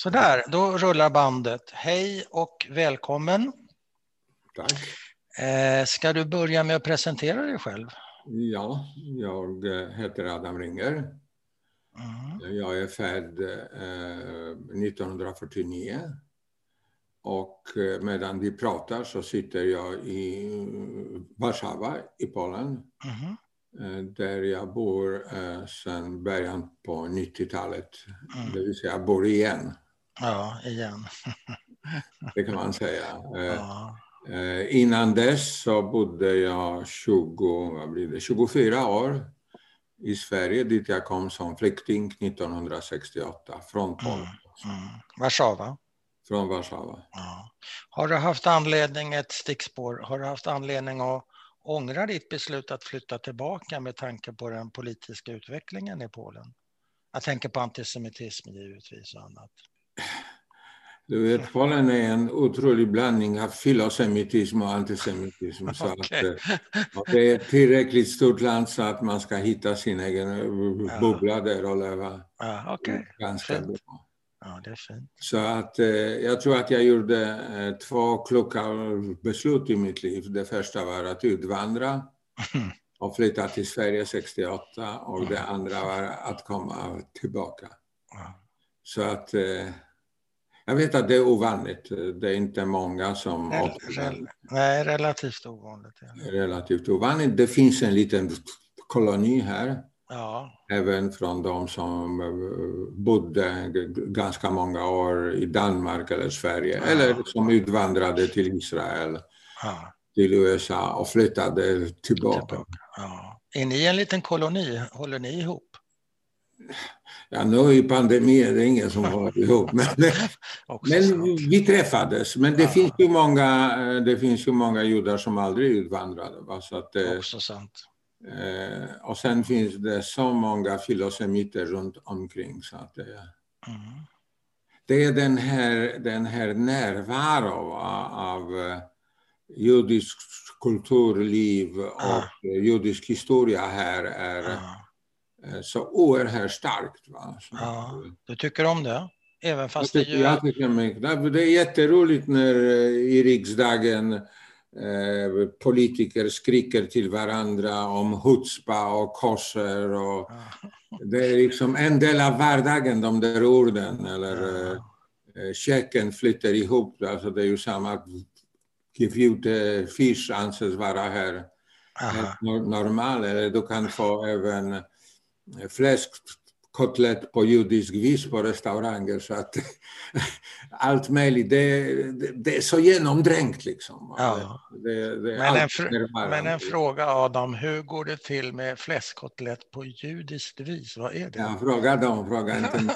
Sådär, då rullar bandet. Hej och välkommen. Tack. Ska du börja med att presentera dig själv? Ja, jag heter Adam Ringer. Jag är född 1949. Och medan vi pratar så sitter jag i Warszawa i Polen. Där jag bor sedan början på 90-talet. Det vill säga jag bor igen. Ja, igen. Det kan man säga. Ja. Innan dess så bodde jag 24 år i Sverige, dit jag kom som flykting 1968 från Polen. Warszawa. Från Warszawa. Ja. Har du haft anledning, ett stickspår, har du haft anledning att ångra ditt beslut att flytta tillbaka med tanke på den politiska utvecklingen i Polen? Jag tänker på antisemitism givetvis och annat. Du vet, Polen är en otrolig blandning av filosemitism och antisemitism. Så att, det är ett tillräckligt stort land så att man ska hitta sin egen bubbla där och leva ganska bra. Ja, det är fint. Så att jag tror att jag gjorde 2 kloka beslut i mitt liv. Det första var att utvandra och flytta till Sverige 68 och det andra var att komma tillbaka. Så att jag vet att det är ovanligt. Det är inte många som Nej, relativt ovanligt. Relativt ovanligt. Det finns en liten koloni här. Ja. Även från de som bodde ganska många år i Danmark eller Sverige. Eller som utvandrade till Israel, till USA och flyttade tillbaka. Ja. Är ni en liten koloni? Håller ni ihop? Ja, nu i pandemin är det ingen som håller ihop. Men vi träffades. Men det finns ju många judar som aldrig utvandrade. Så att, också sant. Och sen finns det så många filosemiter runt omkring. Så att det är den här närvaro av judisk kulturliv och judisk historia här är så oerhört starkt. Va? Så, du tycker om det? Även fast det är jätteroligt när i riksdagen politiker skriker till varandra om hutzpa och kosher. Och det är liksom en del av vardagen, de där orden. Eller tjecken flyttar ihop. Alltså det är ju samma. Gefilte fisk anses vara här normal. Eller du kan få även fläskkotlett på judisk vis på restauranger. Så att allt möjligt. Det är så genomdränkt liksom. Ja. Men en fråga, Adam, hur går det till med fläskkotlett på judiskt vis? Vad är det? Ja, fråga inte.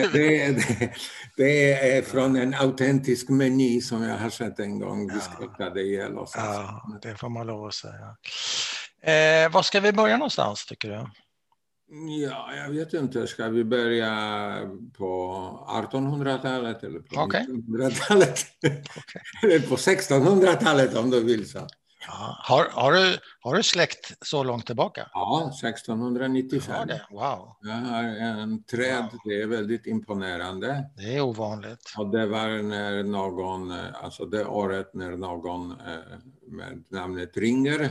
Det är från en autentisk meny som jag har sett en gång. Vi skrattade ihjäl oss. Ja, det får man lov att säga. Var ska vi börja någonstans, tycker du? Ja, jag vet inte. Ska vi börja på 1800-talet eller på 1900-talet? Eller på 1600-talet om du vill så. Ja. Har du släkt så långt tillbaka? Ja, 1695. Ja, det. Wow. Jag har en träd, det är väldigt imponerande. Det är ovanligt. Och det var när någon, alltså det året när någon med namnet Ringer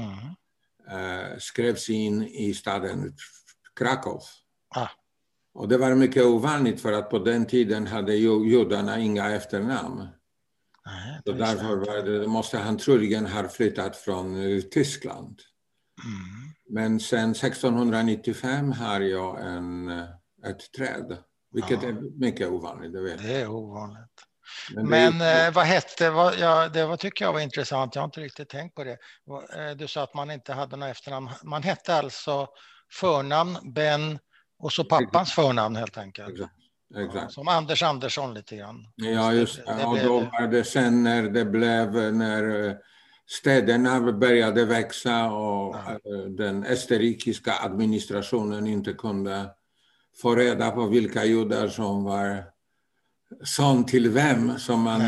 skrevs in i staden Krakow. Och det var mycket ovanligt för att på den tiden hade judarna inga efternamn. Så därför måste han troligen ha flyttat från Tyskland. Men sen 1695 har jag ett träd, vilket är mycket ovanligt. Det är ovanligt. Men vad hette, det tycker jag var intressant, jag har inte riktigt tänkt på det. Du sa att man inte hade några efternamn. Man hette alltså förnamn, Ben och så pappans förnamn helt enkelt. Exakt. Som Anders Andersson lite grann. Ja, just det. Och då var det sen när städerna började växa och den österrikiska administrationen inte kunde få reda på vilka judar som var son till vem som man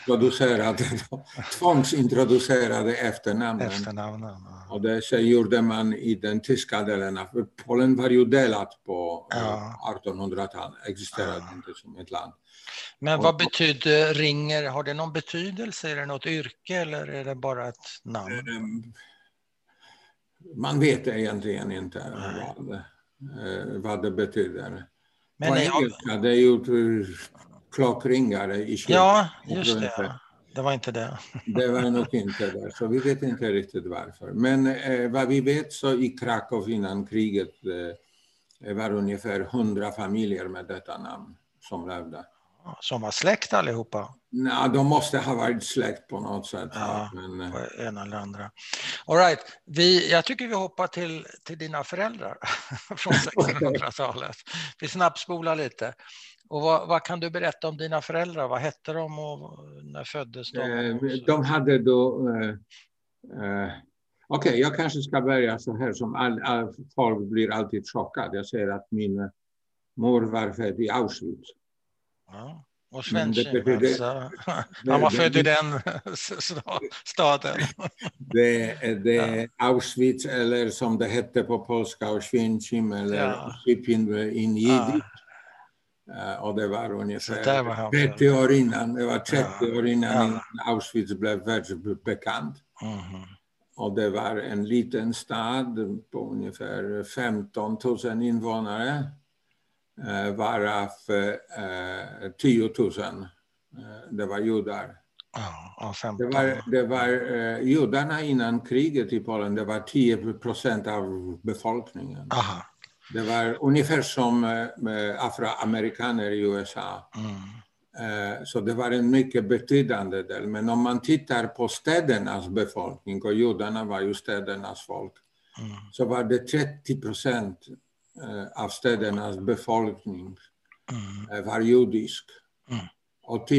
tvångsintroducerade efternamnen. Och det gjorde man i den tyska delen av Polen var ju delat på 1800-talet, existerade inte som ett land. Men vad betyder ringer? Har det någon betydelse? Är det något yrke eller är det bara ett namn? Man vet egentligen inte vad det betyder. Men på engelska, det är ju klockringare i kyrkan. Ja, just det. Ja. Det var inte det. Det var nog inte det, så vi vet inte riktigt varför. Men vad vi vet så i Krakow innan kriget var ungefär 100 familjer med detta namn som levde. Som var släkt allihopa? Nej, de måste ha varit släkt på något sätt. Ja, men på ena eller andra. All right. Jag tycker vi hoppar till dina föräldrar från 1600-talet. Vi snabbspolar lite. Och vad kan du berätta om dina föräldrar? Vad hette de och när föddes de? De hade då... Okej, jag kanske ska börja så här som folk blir alltid chockade. Jag säger att min mor var född i Auschwitz. Ja. Och Svenskjön, alltså. Han var född i den staden. Det är Auschwitz, eller som det hette på polska, Oświęcim, eller in jiddisch. Och det var ungefär 30 år innan. Det var 30 år innan Auschwitz blev världsbekant. Och det var en liten stad på ungefär 15 000 invånare. Varav 10 000 det var judar. Det var judarna innan kriget i Polen, det var 10% av befolkningen. Aha. Det var ungefär som afroamerikaner i USA. Så det var en mycket betydande del. Men om man tittar på städernas befolkning, och judarna var ju städernas folk, så var det 30% av städernas befolkning var judisk. Och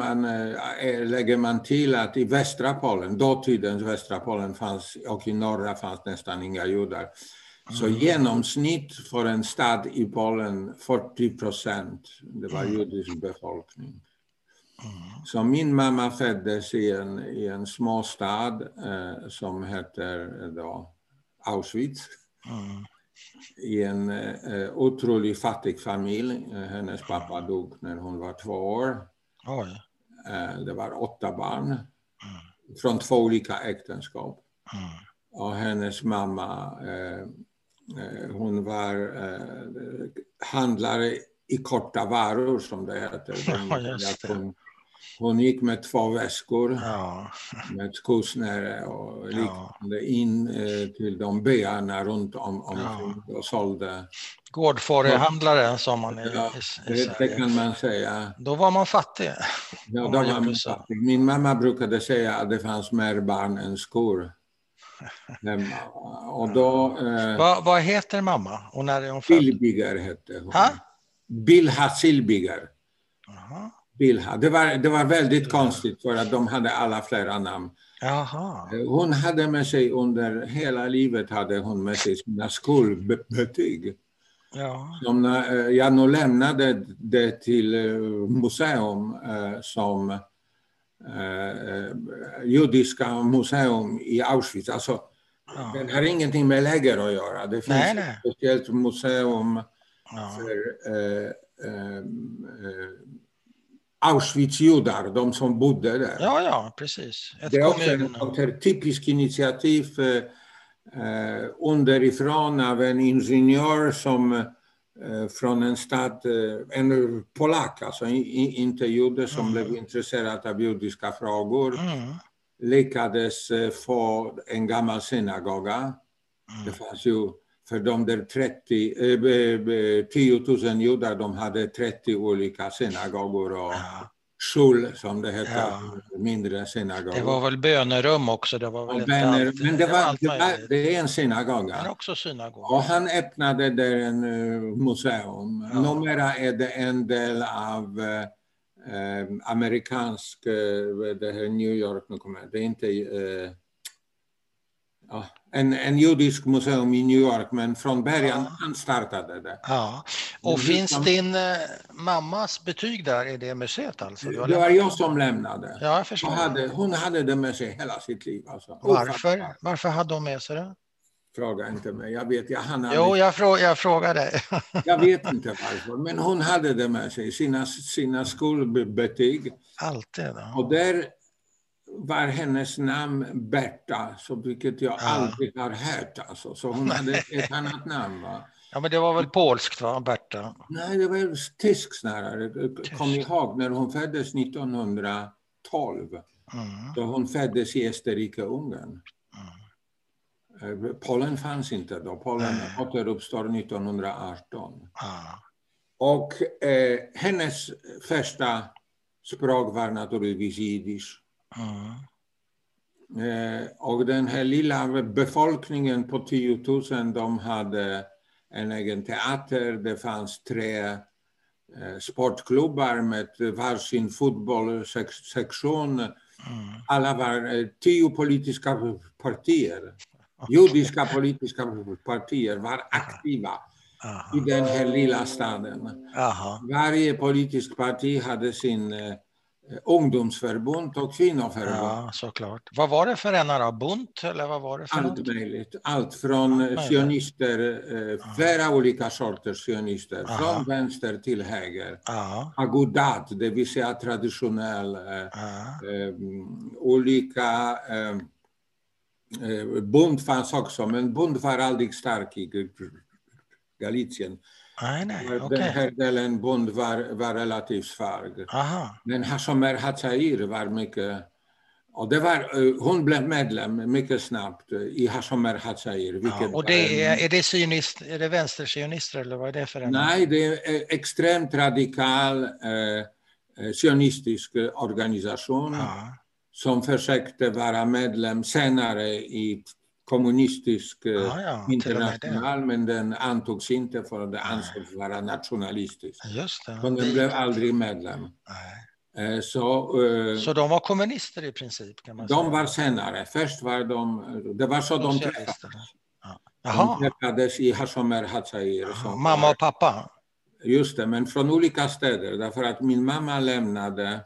lägger man till att i västra Polen, dåtidens västra Polen fanns, och i norra fanns nästan inga judar. Så genomsnitt för en stad i Polen 40%, det var judisk befolkning. Så min mamma föddes i en småstad som heter då Auschwitz. I en otroligt fattig familj. Hennes pappa dog när hon var 2 år. Det var 8 barn från 2 olika äktenskap. Och hennes mamma, hon var handlare i korta varor, som det heter. Hon gick med 2 väskor med skosnäre och liknande in till de byarna runt omkring och sålde. Gårdfårehandlare som man i Sverige. Det kan man säga. Då var man fattig. Ja, då var man fattig. Min mamma brukade säga att det fanns mer barn än skor hemma. Och då, vad heter mamma? Och när är hon född? Silbiger hette hon. Bilha Silbiger. Bilha. Det var väldigt konstigt för att de hade alla flera namn. Hon hade med sig under hela livet med sig sina skolbetyg. Som jag nu lämnade det till museum som judiska museum i Auschwitz. Alltså, den har ingenting med läger att göra. Det finns ett speciellt museum för Auschwitz-judar, de som bodde där. Ja, precis. Det är också ett typiskt initiativ underifrån av en ingenjör som från en stad, en polack, alltså inte jude, som blev intresserad av judiska frågor, lyckades få en gammal synagoga. Det fanns ju, för de där 10 000 judar, de hade 30 olika synagogor och skul, som det heter, mindre synagogor. Det var väl bönerum också? Det var väl men det är en synagoga. Men också synagoga. Och han öppnade där en museum. Numera är det en del av amerikansk, det här New York, det är inte... Ja, en judisk museum i New York, men från början han startade det. Ja. Och finns din mammas betyg där i det museet alltså? Det var jag som lämnade. Ja, jag förstår. Hon hade det med sig hela sitt liv. Alltså. Varför hade hon med sig det? Fråga inte mig. Jag vet, jag frågar dig. Jag vet inte varför, men hon hade det med sig, sina skolbetyg. Alltid då. Och där var hennes namn Berta, vilket jag aldrig har hört. Alltså. Så hon hade ett annat namn. Va? Ja, men det var väl polskt, va, Berta? Nej, det var tyskt snarare. Kom ihåg när hon föddes 1912. Då hon föddes i Österrike-Ungern. Polen fanns inte då. Polen återuppstår 1918. Och hennes första språk var naturligtvis jiddisch. Och den här lilla befolkningen på 10 000, de hade en egen teater. Det fanns 3 sportklubbar med varsin fotbollssektion. Alla var 10 politiska partier. Judiska politiska partier var aktiva i den här lilla staden. Varje politisk parti hade sin ungdomsförbund och kvinnoförbund. Ja, såklart. Vad var det för en Bund? Eller vad var det för allt möjligt. Allt från sionister, flera olika sorters sionister. Från vänster till höger. Agudat, det vill säga traditionell. Olika... Bund fanns också, men Bund var aldrig stark i Galicien. Den här delen Bund var relativt svag. Men Hashomer Hatzair var mycket... Och det var, hon blev medlem mycket snabbt i Hashomer Hatzair. Och är det vänstersionister eller vad är det för en? Nej, det är extremt radikal sionistisk organisation. Som försökte vara medlem senare i kommunistisk international, men den antogs inte för att det ansågs vara nationalistisk. Just det. Men den blev aldrig medlem. Så de var kommunister i princip, kan man säga? De var senare. Först var det var så de träffades. De träffades i Hashomer Hatzair. Mamma och pappa? Just det, men från olika städer. Därför att min mamma lämnade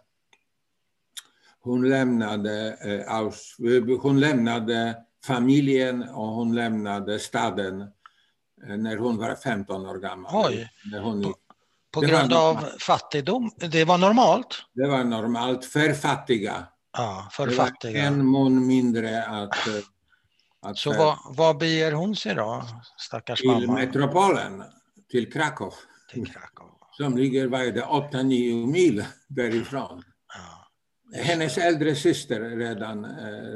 familjen och hon lämnade staden när hon var 15 år gammal. Oj, på grund av fattigdom? Det var normalt? Det var normalt för fattiga. Ja, för det fattiga. Var en mun mindre att så vad beger hon sig då, stackars mamma? Till metropolen, till Krakow. Som ligger 8-9 mil därifrån. Hennes äldre syster redan...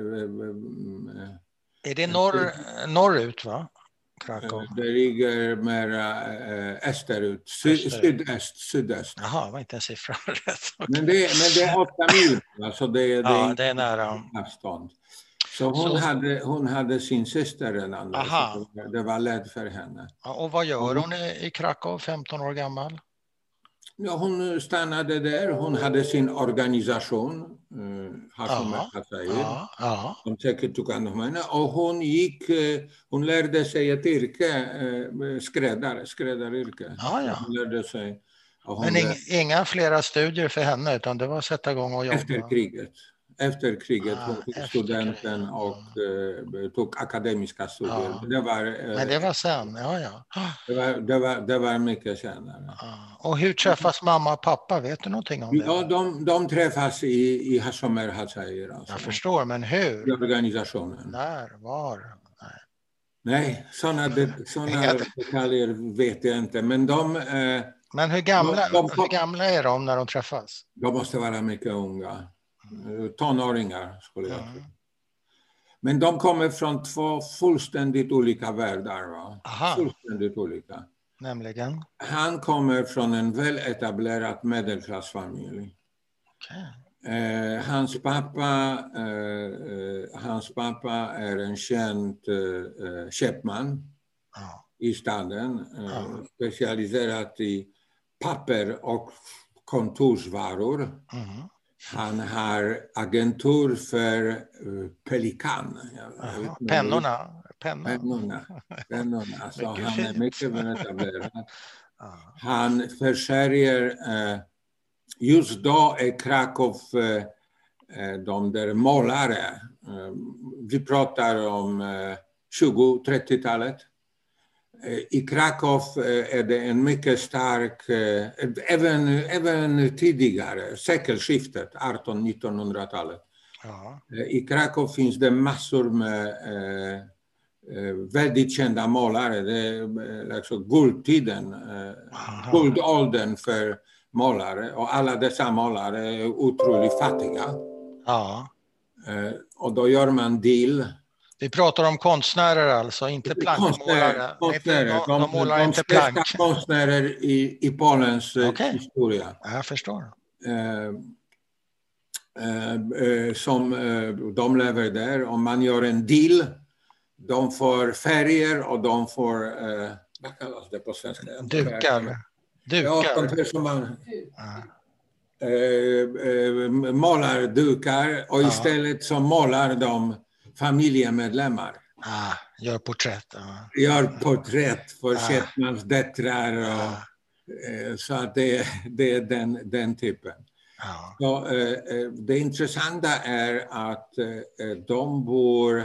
Är det norrut, va? Krakow. Det ligger mer österut, sydöst. Jaha, det var inte en siffra rätt. Okay. Men det är 8 mil, alltså det är nära avstånd. Så hon hade sin syster redan där, så det var lätt för henne. Och vad gör hon i Krakow, 15 år gammal? Ja, hon stannade där. Hon hade sin organisation, som säkert tog hand om henne. Och hon lärde sig ett yrke, skräddaryrke. Hon lärde sig. Men inga flera studier för henne, utan det var att sätta igång och jobba? Efter kriget hon tog studenten och tog akademiska studier. Men det var sen, Det var mycket senare. Och hur träffas mamma och pappa? Vet du någonting om det? Ja, de träffas i Hashomer Hatzair. Alltså. Jag förstår, men hur? I organisationen. När? Var? Nej, sådana detaljer vet jag inte. Men Men hur gamla är de när de träffas? De måste vara mycket unga. Tonåringar skulle jag tro. Men de kommer från 2 fullständigt olika världar. Fullständigt olika. Nämligen? Han kommer från en väletablerad medelklassfamilj. Hans pappa är en känd köpman i staden. Specialiserad i papper och kontorsvaror. Han har agentur för Pelikan. Pennorna. Så han är mycket väletablerad. Han försäljer, just då är Krakow de där målare. Vi pratar om 20-30-talet. I Krakow är det en mycket stark, även tidigare, sekelskiftet, 1800-1900-talet. Ja. I Krakow finns det massor med väldigt kända målare. Det är liksom guldtiden, guldåldern för målare. Och alla dessa målare är otroligt fattiga. Ja. Och då gör man deal. Vi pratar om konstnärer alltså, inte plankmålare. De målar inte plank. De konstnärer i Polens historia. Jag förstår. Som de lever där. Om man gör en deal, de får färger och de får, vad kallas det på svenska? Dukar. Ja, som man målar dukar och istället så målar de familjemedlemmar. Gör porträtt. Gör porträtt för Shetlands döttrar. Så att det är den typen. Så, det intressanta är att de bor,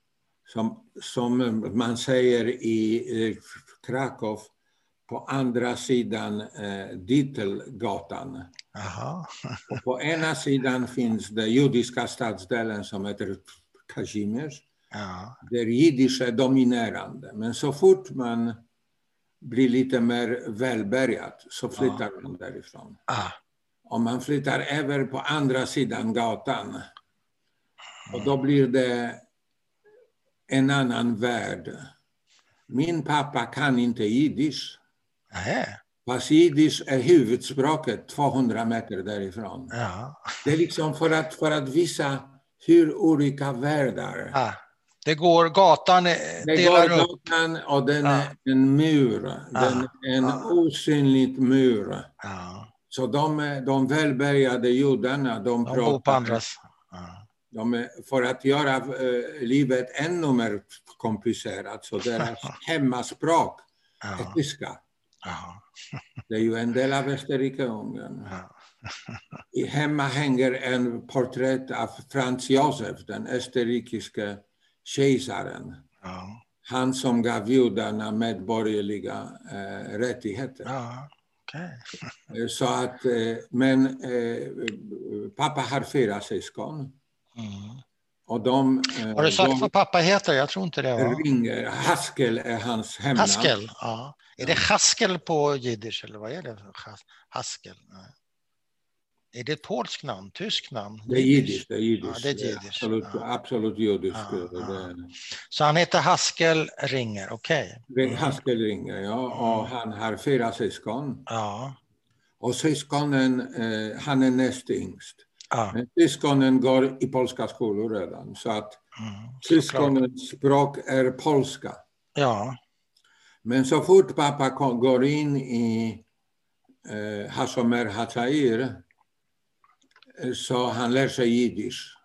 som man säger i Krakow, på andra sidan Dittelgatan. Och på ena sidan finns det judiska stadsdelen som heter Kazimierz. Där jiddisch är dominerande. Men så fort man blir lite mer välbärgat så flyttar man därifrån. Och man flyttar över på andra sidan gatan. Och då blir det en annan värld. Min pappa kan inte jiddisch. Fast jiddisch är huvudspråket 200 meter därifrån. Det är liksom för att visa hur olika världar. Det går gatan, delar upp. Gatan och den är en mur. Den är en osynlig mur. Så de välbärgade judarna, de bor på andras. För att göra livet ännu mer komplicerat, så deras hemmaspråk är tyska. Det är ju en del av Österrike-Ungern. Hemma hänger en porträtt av Franz Josef, den österrikiske kejsaren. Han som gav judarna medborgerliga rättigheter. Så att, men pappa har 4 syskon. Och har du sagt vad pappa heter? Jag tror inte det. Ringer. Haskell är hans hemnamn. Haskell, ja. Är det Haskell på jiddisch eller vad är det? Haskell? Nej. Är det ett polskt namn? Tysk namn? Det är jiddisch. Ja, det är jiddisch. Absolut jiddisch. Så han heter Haskell Ringer, okej. Haskell Ringer, ja. Och han har 4 syskon. Och syskonen, han är näst yngst. Men syskonen går i polska skolor redan. Så att syskonens språk är polska. Men så fort pappa går in i Hashomer Hatzair så han lär sig jiddisch.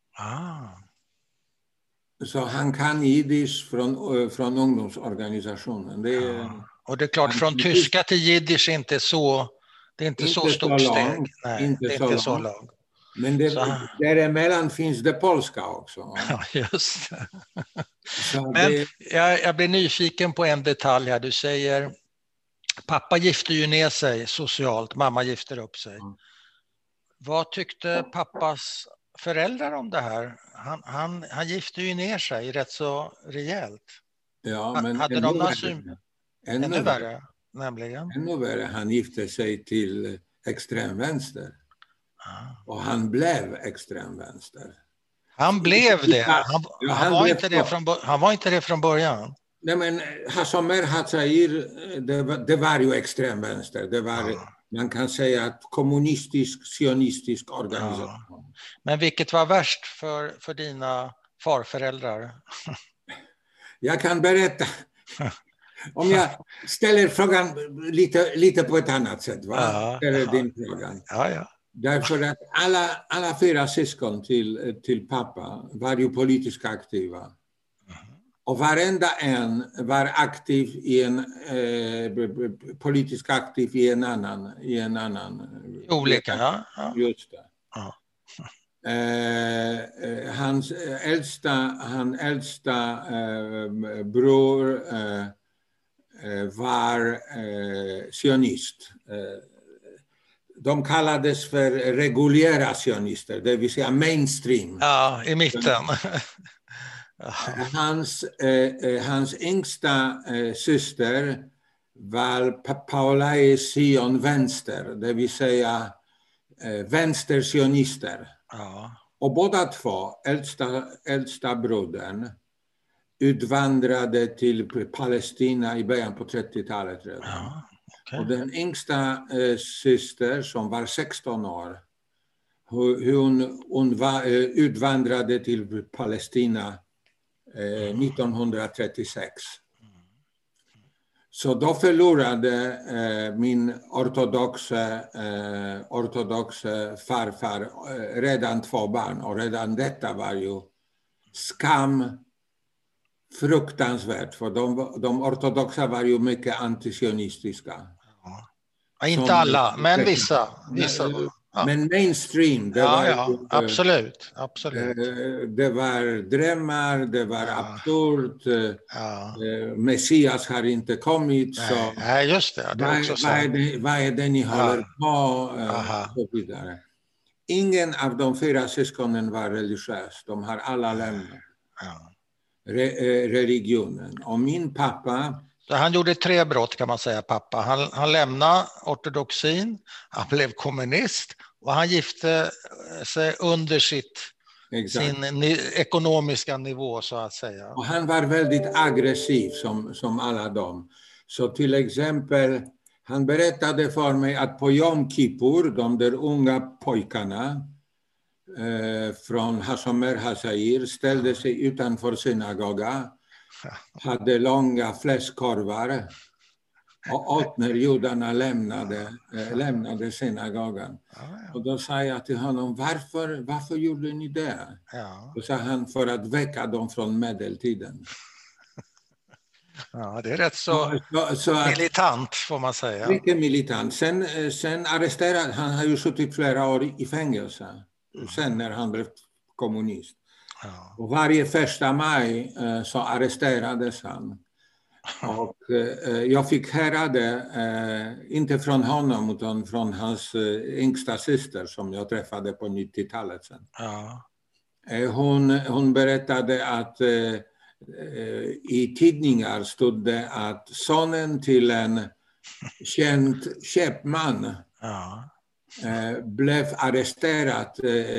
Så han kan jiddisch från ungdomsorganisationen. Och det är klart, från tyska till jiddisch är inte så, det är inte så stort steg. Nej, det är inte så långt. Men däremellan finns det polska också. Ja, just det. Men jag blir nyfiken på en detalj här. Du säger, pappa gifter ju ner sig socialt, mamma gifter upp sig. Vad tyckte pappas föräldrar om det här? Han gifte ju ner sig rätt så rejält. Ja, men hade de några ännu värre, nämligen? Ännu värre, han gifte sig till extremvänster. Och han blev extremvänster. Han blev det? Han var inte det från början? Nej, men Hashomer Hatzair, det var ju extremvänster. Det var, man kan säga, att kommunistisk, sionistisk organisation. Men vilket var värst för dina farföräldrar? Jag kan berätta. Om jag ställer frågan lite på ett annat sätt. Ställer din frågan. Därför att alla 4 syskon till pappa var ju politiskt aktiva. Och varenda en var aktiv politiskt aktiv i en annan. Olika, ja. Just det. Ja. Hans äldsta bror var sionist. De kallades för reguljära sionister, det vill säga mainstream. Ja, i mitten. Hans yngsta syster var Paulai Sion vänster, det vill säga vänstersionister. Ja. Och båda två, äldsta brodern, utvandrade till Palestina i början på 30-talet redan. Ja, okay. Och den yngsta syster som var 16 år, hon utvandrade till Palestina 1936. Så då förlorade min ortodoxa farfar redan 2 barn. Och redan detta var ju fruktansvärt. För de ortodoxa var ju mycket antisionistiska. Ja, inte alla, men vissa. Ja. Men mainstream, det var absolut. Det var drömmar, det var absurt. Messias har inte kommit. Nej, just det. Vad är det ni håller på? Och så vidare. Ingen av de 4 syskonen var religiös. De har alla lämnat religionen. Och min pappa... Så han gjorde 3 brott kan man säga, pappa. Han lämnade ortodoxin, han blev kommunist och han gifte sig under sin ekonomiska nivå så att säga. Och han var väldigt aggressiv som alla dem. Så till exempel, han berättade för mig att på Yom Kippur, de där unga pojkarna från Hashomer Hazair ställde sig utanför synagoga, hade långa fläskkorvar och åt när judarna lämnade synagogan. Och då sa jag till honom, varför gjorde ni det? Då sa han, för att väcka dem från medeltiden. Ja, det är rätt så militant får man säga. Mycket militant. Sen arresterade han, har ju suttit flera år i fängelse. Sen när han blev kommunist. Och varje 1 maj så arresterades han. Och jag fick höra det, inte från honom utan från hans yngsta syster som jag träffade på 90-talet sen. Hon berättade att i tidningar stod det att sonen till en känd köpman blev arresterad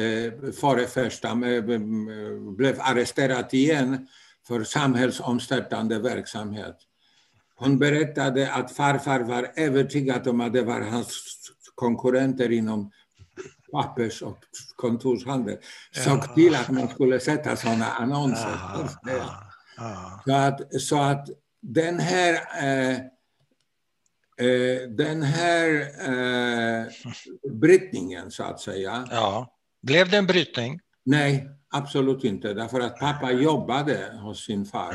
blev arresterad igen för samhällsomstörtande verksamhet. Hon berättade att farfar var övertygad om att det var hans konkurrenter inom pappers- och kontorshandel. Såg till att man skulle sätta sådana annonser. Så att den här brytningen så att säga. Blev det en brytning? Nej, absolut inte. Därför att pappa jobbade hos sin far.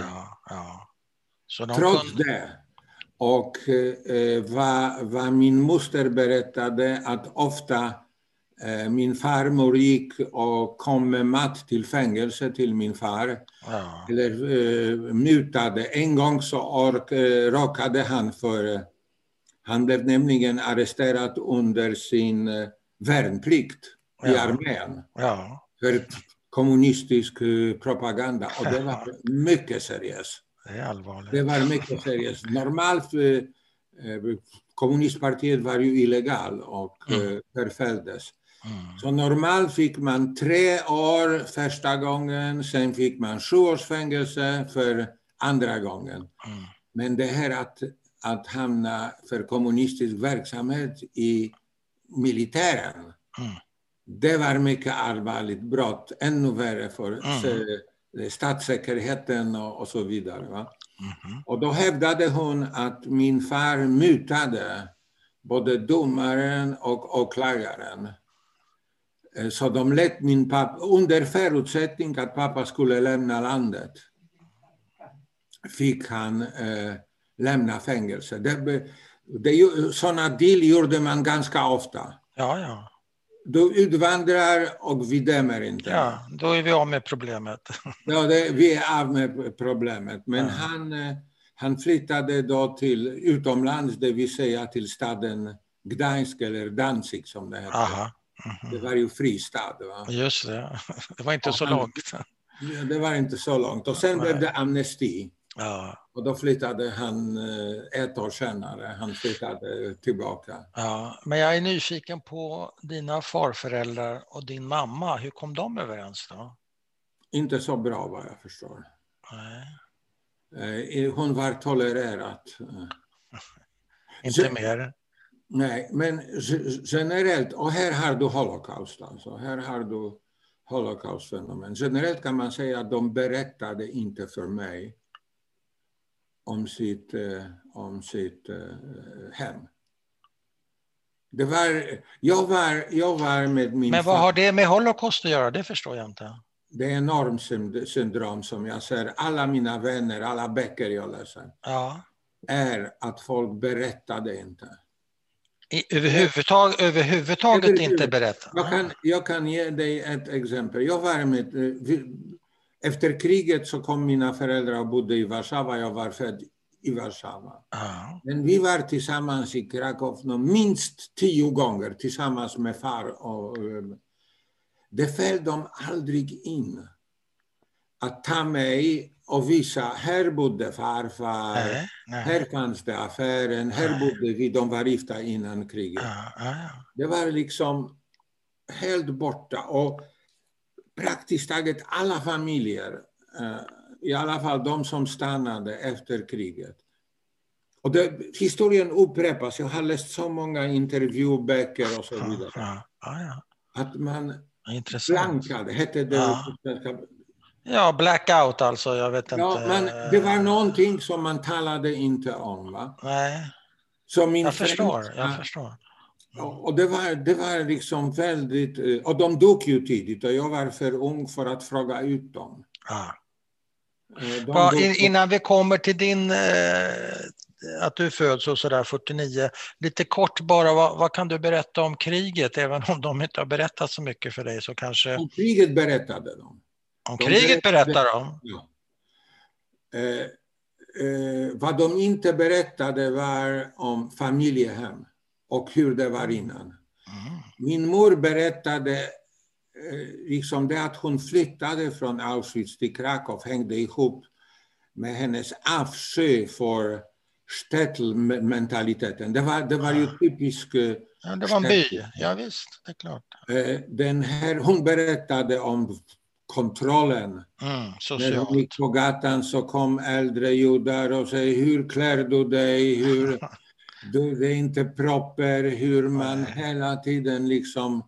Trots det. Och vad min moster berättade att ofta min farmor gick och kom med mat till fängelse till min far. Eller mutade. En gång så råkade han han blev nämligen arresterad under sin värnplikt i armén. För kommunistisk propaganda. Och det var mycket seriöst. Det är allvarligt. Det var mycket seriöst. Normalt kommunistpartiet var ju illegal och förföljdes. Så normalt fick man 3 år första gången, sen fick man 7 års fängelse för andra gången. Men det här att hamna för kommunistisk verksamhet i militären, det var mycket allvarligt brott, ännu värre för statssäkerheten och så vidare. Va? Och då hävdade hon att min far mutade både domaren och åklagaren Så de lät min pappa, under förutsättning att pappa skulle lämna landet, fick han lämna fängelse. Sådana deal gjorde man ganska ofta. Ja, ja. Du utvandrar och vi dömer inte. Ja, då är vi av med problemet. Ja, vi är av med problemet. Men han flyttade då till utomlands, det vill säga till staden Gdańsk eller Danzig som det heter. Aha. Mm-hmm. Det var ju fristad. Va? Just det, det var inte så långt. Ja, det var inte så långt. Och sen blev det amnesti. Ja. Och då flyttade han 1 år senare. Han flyttade tillbaka. Ja, men jag är nyfiken på dina farföräldrar och din mamma. Hur kom de överens då? Inte så bra vad jag förstår. Nej. Hon var tolererad. Inte mer? Nej, men generellt, och här har du Holocaust alltså. Här har du Holocaust-fenomen. Generellt kan man säga att de berättade inte för mig om sitt hem. Jag var med min... Men vad har det med Holocaust att göra? Det förstår jag inte. Det är normsyndrom som jag ser. Alla mina vänner, alla böcker jag läser, är att folk berättade inte. Överhuvudtaget inte berätta? Jag kan ge dig ett exempel. Jag var med... Efter kriget så kom mina föräldrar och bodde i Warszawa. Jag var född i Warszawa. Men vi var tillsammans i Krakow minst 10 gånger tillsammans med far. Och det föll dem aldrig in att ta mig och visa, här bodde farfar, här fanns det affären, här bodde vi, de var gifta innan kriget. Det var liksom helt borta. Och praktiskt taget alla familjer, i alla fall de som stannade efter kriget. Och historien upprepas. Jag har läst så många intervjuböcker och så vidare. Att man blankade, hette det. Ja, blackout alltså, jag vet inte. Ja, men det var någonting som man talade inte om, va? Nej, jag förstår. Och det var liksom väldigt... Och de dog ju tidigt och jag var för ung för att fråga ut dem. Innan vi kommer till din... att du föds och sådär 49. Lite kort bara, vad kan du berätta om kriget? Även om de inte har berättat så mycket för dig så kanske... Om kriget berättade de. Om kriget berättar de? Ja. Vad de inte berättade var om familjehem och hur det var innan. Min mor berättade liksom det att hon flyttade från Auschwitz till Krakow hängde ihop med hennes avsky för städmentaliteten. Det var ju typisk... Ja, det var en by, ja visst, det är klart. Hon berättade om kontrollen. När hon gick på gatan så kom äldre judar och sa, hur klär du dig? Det är inte proper, hur man hela tiden liksom...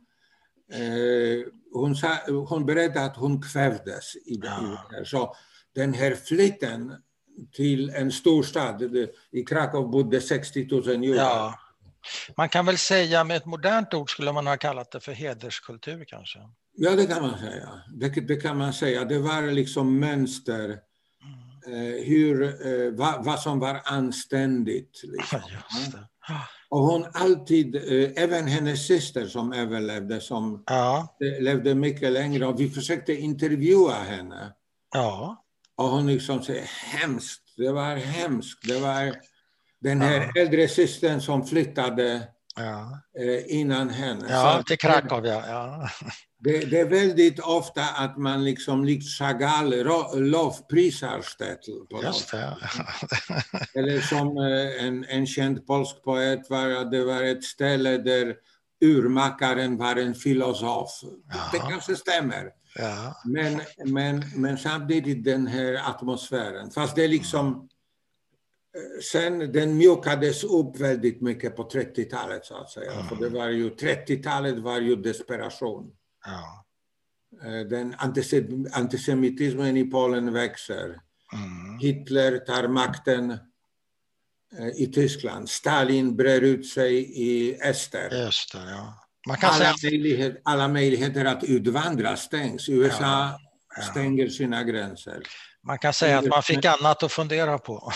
hon berättade att hon kvävdes i det här. Så den här flytten till en storstad, i Krakow bodde 60 000 judar. Ja. Man kan väl säga med ett modernt ord skulle man ha kallat det för hederskultur kanske. Ja, det kan man säga. Det kan man säga. Det var liksom mönster. Vad som var anständigt. Liksom. Just det. Och hon alltid, även hennes syster som överlevde, som levde mycket längre. Och vi försökte intervjua henne. Ja. Och hon liksom säger, hemskt. Det var hemskt. Det var den här äldre systern som flyttade innan henne. Ja, till Krakow, ja. Det är väldigt ofta att man liksom likt Chagall lovprisar Städtl. Just det. Eller som en känd polsk poet det var ett ställe där urmakaren var en filosof. Det kanske stämmer. Ja. Men samtidigt den här atmosfären. Fast det är liksom... Sen den mjukades upp väldigt mycket på 30-talet så att säga. För det var ju 30-talet var ju desperation. Ja. Den antisemitismen i Polen växer. Hitler tar makten i Tyskland. Stalin brer ut sig i öster. Just det, ja. Man kan alla möjligheter att utvandra stängs. USA stänger sina gränser. Man kan säga att man fick annat att fundera på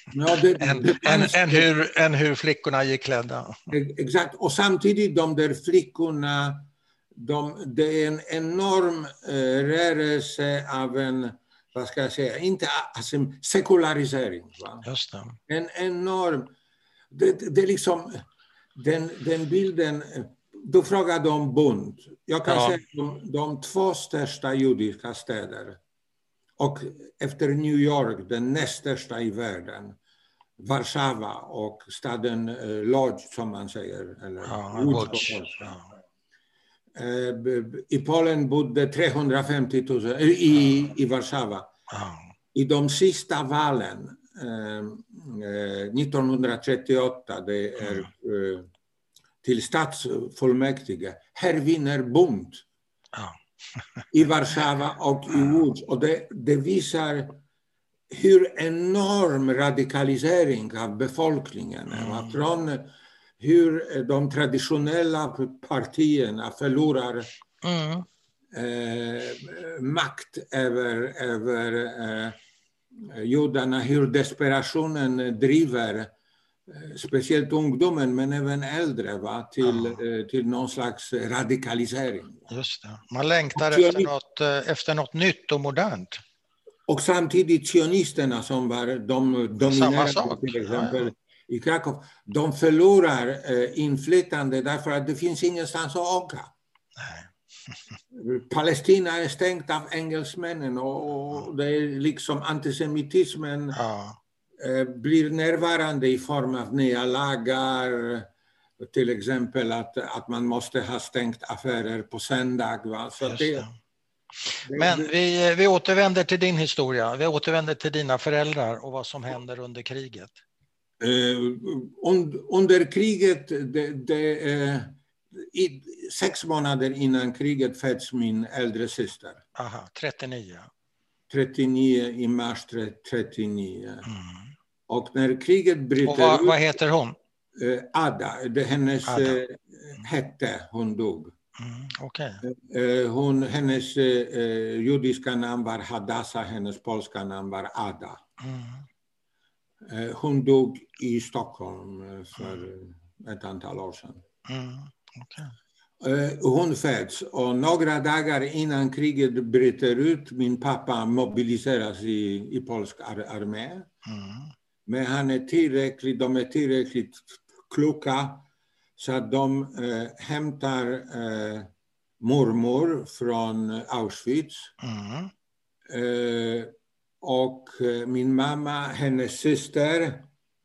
än hur flickorna gick klädda. Exakt, och samtidigt de där flickorna, det är en enorm rörelse av en, vad ska jag säga, inte alltså, sekularisering. Va? Just det. En enorm, det är liksom den bilden. Du frågade om Bund. Jag kan säga de 2 största judiska städer. Och efter New York, den näst största i världen. Warszawa och staden Łódź, som man säger. Eller Łódź. I Polen bodde 350 000 i Warszawa. I de sista valen 1938, det är till stadsfullmäktige, här vinner Bund i Warszawa och i Łódź. Och det visar hur enorm radikalisering av befolkningen är. Från hur de traditionella partierna förlorar makt över judarna, hur desperationen driver speciellt ungdomen, men även äldre, till någon slags radikalisering. Just det. Man längtar efter något nytt och modernt. Och samtidigt sionisterna som var de dominerande, till exempel i Krakow, de förlorar inflytande därför att det finns ingenstans att åka. Palestina är stängt av engelsmännen och det är liksom antisemitismen blir närvarande i form av nya lagar, till exempel att man måste ha stängt affärer på söndag. Va? Så men vi återvänder till din historia, vi återvänder till dina föräldrar och vad som händer under kriget. Under kriget, 6 månader innan kriget föds min äldre syster. 39. 39 i mars 39. Och när kriget bryter ut... Vad heter hon? Ada. Hennes hette, hon dog. Okay. Hennes judiska namn var Hadassah, hennes polska namn var Ada. Hon dog i Stockholm för ett antal år sedan. Okay. Hon föds och några dagar innan kriget bryter ut, min pappa mobiliseras i polsk armé. Men de är tillräckligt kloka så att de hämtar mormor från Auschwitz. Och min mamma, hennes syster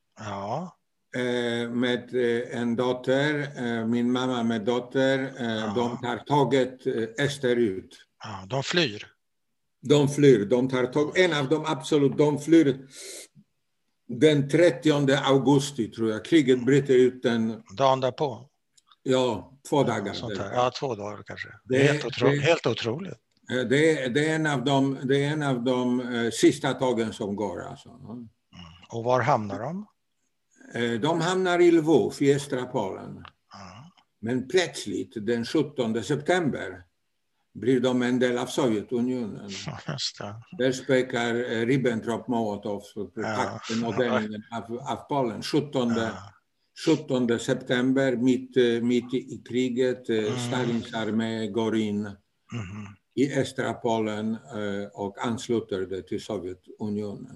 med en dotter, min mamma med dotter, de tar tåget österut. De flyr. De tar tåg. En av dem absolut, de flyr den 30 augusti tror jag. Kriget bryter ut den... Dagen därpå? Ja, 2 dagar. 2 dagar kanske. Det är helt otroligt. Det är en av de sista tågen som går. Alltså. Och var hamnar de? De hamnar i Lvov, i östra Polen. Men plötsligt, den 17 september, blir de en del av Sovjetunionen. Där spökar Ribbentrop-Molotov-pakten och delningen av Polen. 17 september, mitt i kriget, Stalins armé går in i östra Polen och ansluter det till Sovjetunionen.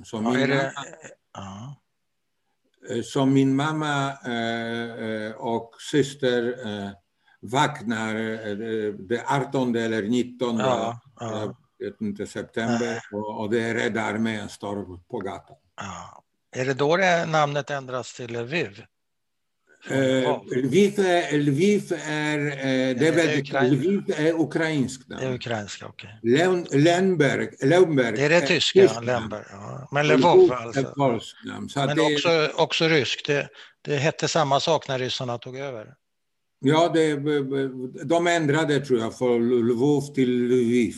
Så min mamma och syster vaknar det 18 eller 19 september och det är Röda armén står på gatan. Är det då namnet ändras till Lviv? Lviv är ukrainskt namn. Det är ukrainska, okej. Lemberg. Det är det tyska, Lemberg. Ja. Men Lvov alltså. Men också rysk. Det hette samma sak när ryssarna tog över. Ja, de ändrade tror jag från Lvov till Lviv.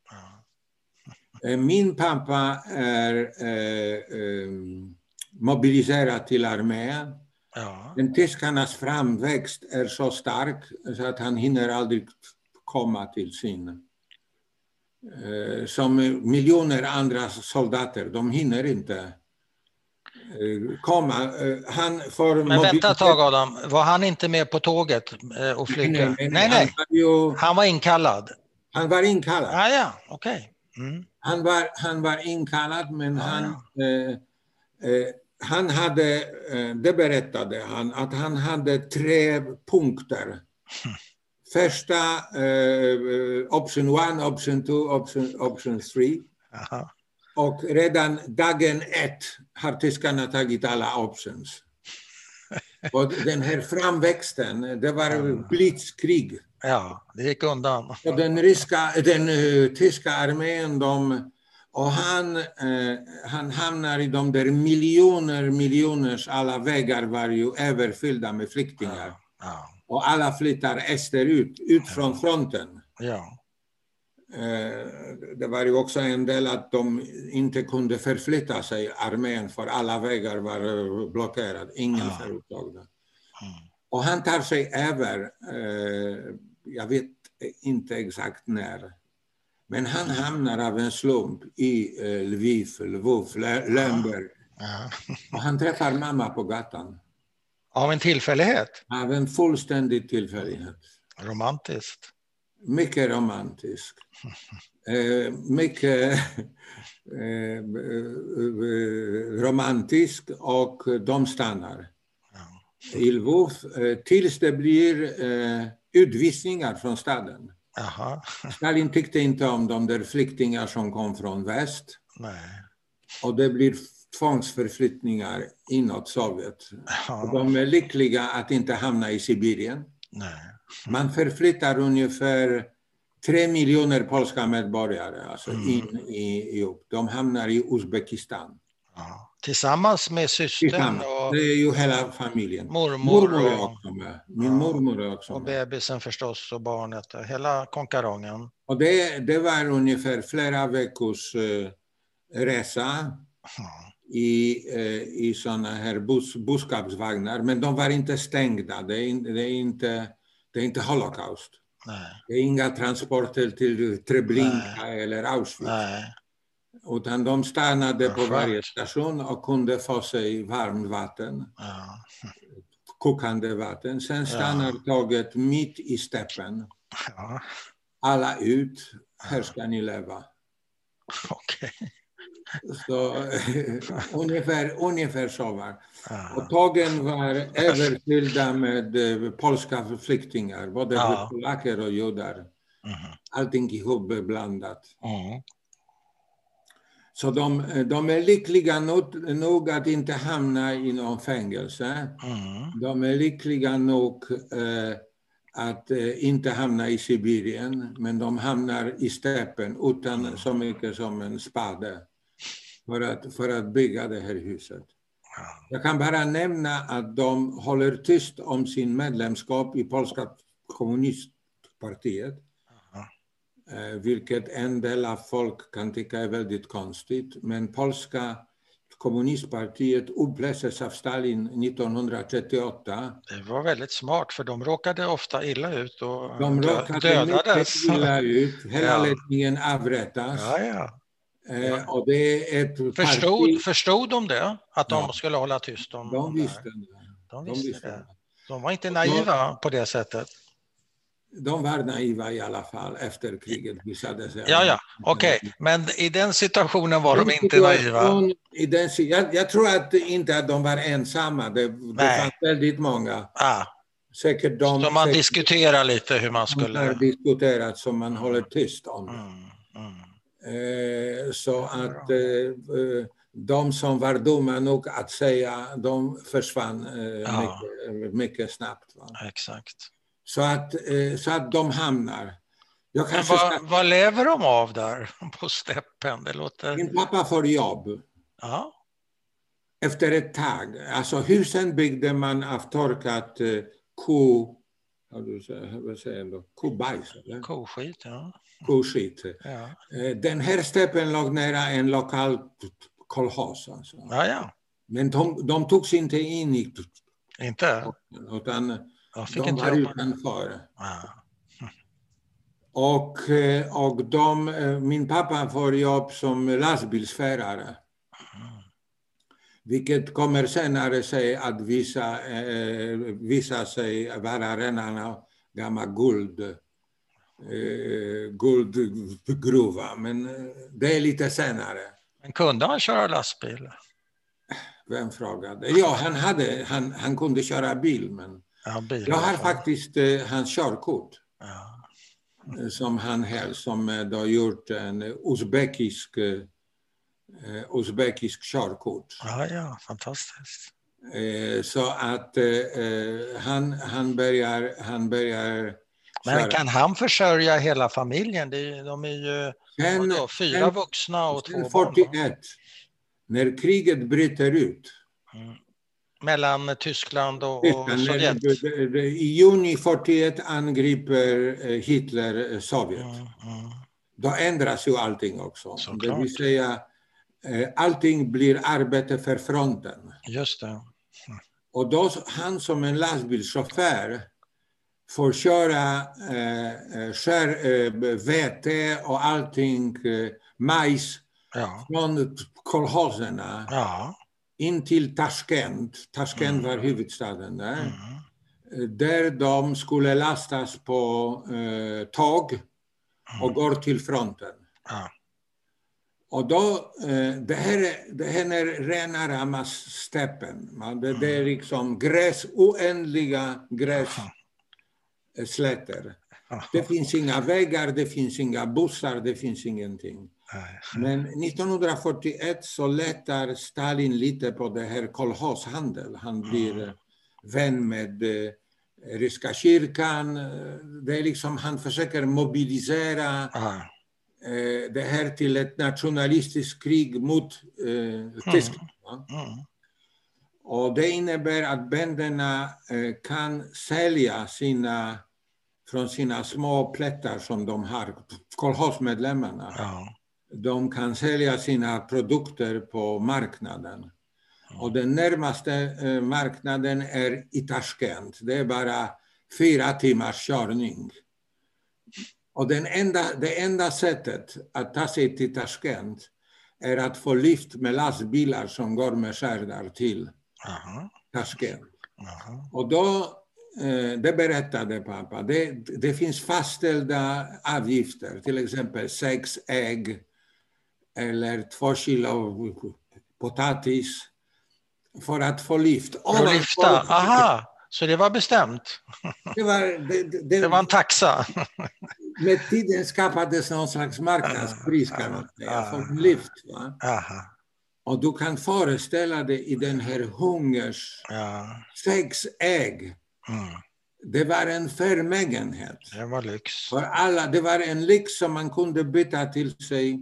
Min pappa är mobiliserad till armén. Ja. Men tyskarnas framväxt är så stark så att han hinner aldrig komma till sin. Som miljoner andra soldater, de hinner inte komma. Han får Men vänta ett tag, Adam, var han inte med på tåget och flyga? Nej. Han var inkallad. Han var inkallad. Ja, okej. Mm. Han var inkallad, men han hade, det berättade han, att han hade 3 punkter. Första, option 1, option 2, option 3. Aha. Och redan dagen 1 har tyskarna tagit alla options. Och den här framväxten, det var blitzkrig. Ja, det gick undan. Och den tyska armén, han hamnar i de där miljoners alla vägar var ju överfyllda med flyktingar. Ja. Och alla flyttar ut från fronten. Ja. Det var ju också en del att de inte kunde förflytta sig, armén, för alla vägar var blockerade, ingen föruttagna. Och han tar sig över, jag vet inte exakt när, men han hamnar av en slump i Lviv, Lemberg. Och han träffar mamma på gatan. Av en tillfällighet? Av en fullständig tillfällighet. Romantiskt. Mycket romantisk. Mycket romantisk, och de stannar i Lvov tills det blir utvisningar från staden. Stalin tyckte inte om de där flyktingar som kom från väst. Nej. Och det blir tvångsförflyttningar inåt Sovjet. Och de är lyckliga att inte hamna i Sibirien. Nej. Man förflyttar ungefär 3 miljoner polska medborgare in i de hamnar i Uzbekistan. Ja. Tillsammans med systern och... Det är ju hela familjen. Mormor är också med. Min mormor är också med. Och bebisen förstås och barnet. Hela konkarongen. Och det var ungefär flera veckors resa i sådana här boskapsvagnar. Men de var inte stängda. Det är inte Holocaust. Nej. Det är inga transporter till Treblinka eller Auschwitz. Nej. Utan de stannade på varje station och kunde få sig varmt vatten. Kokande vatten. Sen stannar tåget mitt i steppen. Alla ut. Här ska ni leva. Okej. Så ungefär så var. Och tågen var överfyllda med polska flyktingar, både polacker och judar. Allting ihop blandat. Så de är lyckliga nog att inte hamna i någon fängelse. De är lyckliga nog att inte hamna i Sibirien, men de hamnar i steppen utan så mycket som en spade för att bygga det här huset. Jag kan bara nämna att de håller tyst om sin medlemskap i polska kommunistpartiet, vilket en del av folk kan tycka är väldigt konstigt, men polska kommunistpartiet upplöstes av Stalin 1938. Det var väldigt smart, för de råkade ofta illa ut och de dödades. Illa ut. Hela ledningen avrättas. Och det är ett förstod de det? Att de skulle hålla tyst om de visste det. De var inte naiva på det sättet. De var naiva i alla fall efter kriget, visade sig. Okej. Men i den situationen var de inte naiva. Jag tror inte att de var ensamma. Det fanns väldigt många. Säkert så man diskuterar lite hur man skulle... Man har diskuterat som man håller tyst om det. Så att de som var dumma nog att säga, de försvann mycket snabbt. Exakt. Så att de hamnar. Vad lever de av där på steppen? Det låter... Min pappa får jobb. Efter ett tag. Alltså husen byggde man av torkat kobajs. Koskit, Koskit. Den här steppen låg nära en lokal kolhos. Alltså. Men de togs inte in Inte? Utan de var utanför. Och min pappa får jobb som lastbilsförare. Vilket kommer senare sig att visa sig vara redan gammal guldgruva. Men det är lite senare. Men kunde han köra lastbil? Vem frågade? Ja, han kunde köra bil. Men jag har faktiskt hans körkort. Ja. Som han höll, som då gjort en uzbekisk körkort. Ja, fantastiskt. Så att han börjar Men kan han försörja hela familjen? De är ju 4 vuxna och 2 barn. 41, när kriget bryter ut. Mellan Tyskland och Sovjet. I juni 41 angriper Hitler Sovjet. Då ändras ju allting också. Det vill säga, allting blir arbete för fronten. Just det. Och då han som en lastbilschaufför får köra vete och allting, majs från kolhoserna. Ja. In till Tashkent. Tashkent var huvudstaden där. Där de skulle lastas på tåg och går till fronten. Och då, det här är rena rama steppen. Det är liksom oändliga grässlätter. Det finns inga vägar, det finns inga bussar, det finns ingenting. Men 1941 så lättar Stalin lite på det här kolhoshandel. Han blir vän med ryska kyrkan. Det är liksom, han försöker mobilisera det här till ett nationalistiskt krig mot Tyskland. Och det innebär att bönderna kan sälja från sina små plättar som de har, kolhosmedlemmarna. De kan sälja sina produkter på marknaden. Och den närmaste marknaden är i Tashkent. Det är bara 4 timmars körning. Och det enda sättet att ta sig till Tashkent är att få lift med lastbilar som går med skärdar till Tashkent. Och då, det berättade pappa, det finns fastställda avgifter, till exempel 6 ägg eller 2 kilo potatis för att få lift. För att lyfta, aha, så det var bestämt. Det var en taxa. Med tiden skapades någon slags marknadspris kan man säga, för en lift. Och du kan föreställa dig i den här hungers 6 ägg. Det var en förmögenhet. Det var lyx. För alla, det var en lyx som man kunde byta till sig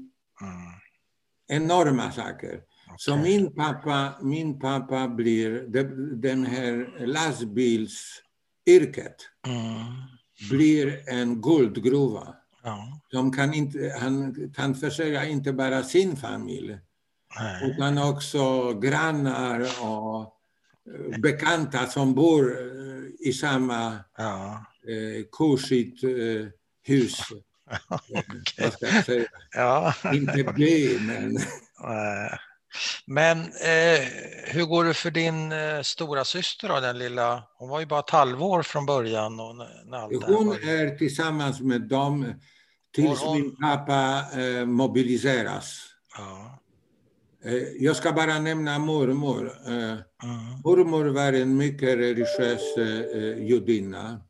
enorma saker. Okay. Så min pappa blir den här lastbilsyrket blir en guldgruva. Han kan försörja inte bara sin familj utan också grannar och bekanta som bor i samma kursigt hus. Vad ska jag säga? Inte by, men... Men hur går det för din stora syster då, den lilla? Hon var ju bara ett halvår från början. Och hon är tillsammans med dem tills min pappa mobiliseras. Jag ska bara nämna mormor. Mormor var en mycket religiös judinna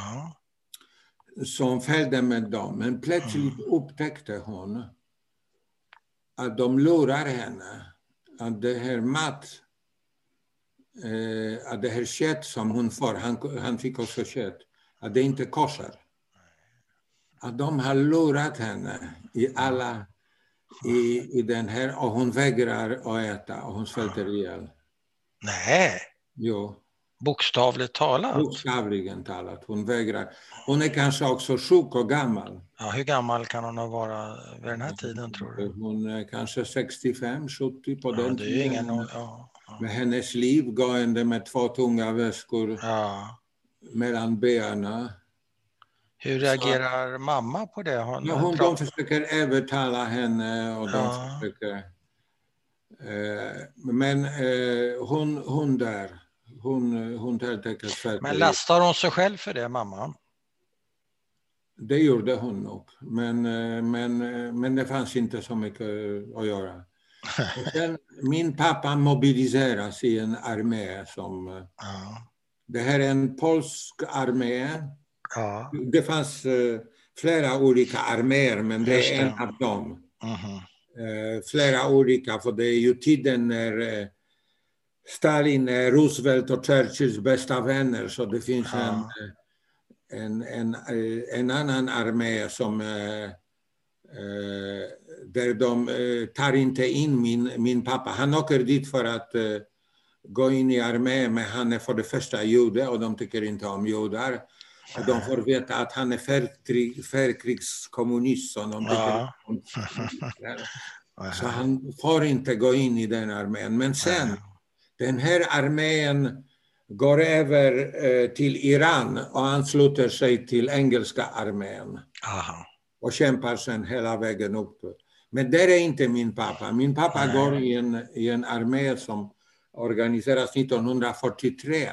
som följde med dem. Men plötsligt upptäckte hon att de lurar henne. Att det här att det här kött som hon får, han fick också kött, att det inte är kosher. Att de har lurat henne i den här, och hon vägrar att äta och hon svälter ihjäl. Nej. Jo. Bokstavligt talat? Bokstavligen talat. Hon vägrar. Hon är kanske också sjuk och gammal. Ja, hur gammal kan hon ha varit vid den här tiden, tror du? Hon är kanske 65, 70 på den tiden. Det är ingen, med hennes liv gående med 2 tunga väskor mellan benen. Hur reagerar mamma på det? De försöker övertala henne och de försöker... men hon där, hon helt enkelt... Men lastar hon sig själv för det, mamma? Det gjorde hon nog, men det fanns inte så mycket att göra. Och sen, min pappa mobiliseras i en armé som... Det här är en polsk armé. Det fanns flera olika arméer, men det är en av dem. Flera olika, för det är ju tiden när Stalin är Roosevelt och Churchills bästa vänner, så det finns en annan armé som där de tar inte in min pappa. Han åker dit för att gå in i armén, men han är för det första jude och de tycker inte om judar. Och de får veta att han är förkrigskommunist. Så han får inte gå in i den armén. Men sen, den här armén går över till Iran och ansluter sig till engelska armén. Och kämpar sen hela vägen upp. Men det är inte min pappa. Min pappa går i en armé som organiseras 1943.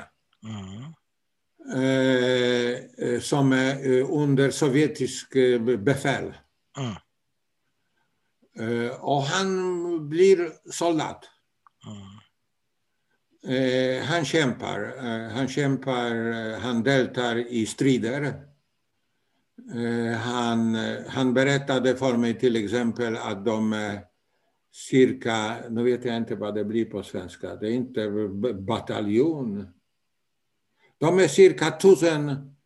Som under sovjetisk befäl. Och han blir soldat. Han kämpar, han deltar i strider. Han berättade för mig till exempel att de cirka, nu vet jag inte vad det blir på svenska, det är inte bataljon. De är cirka 1000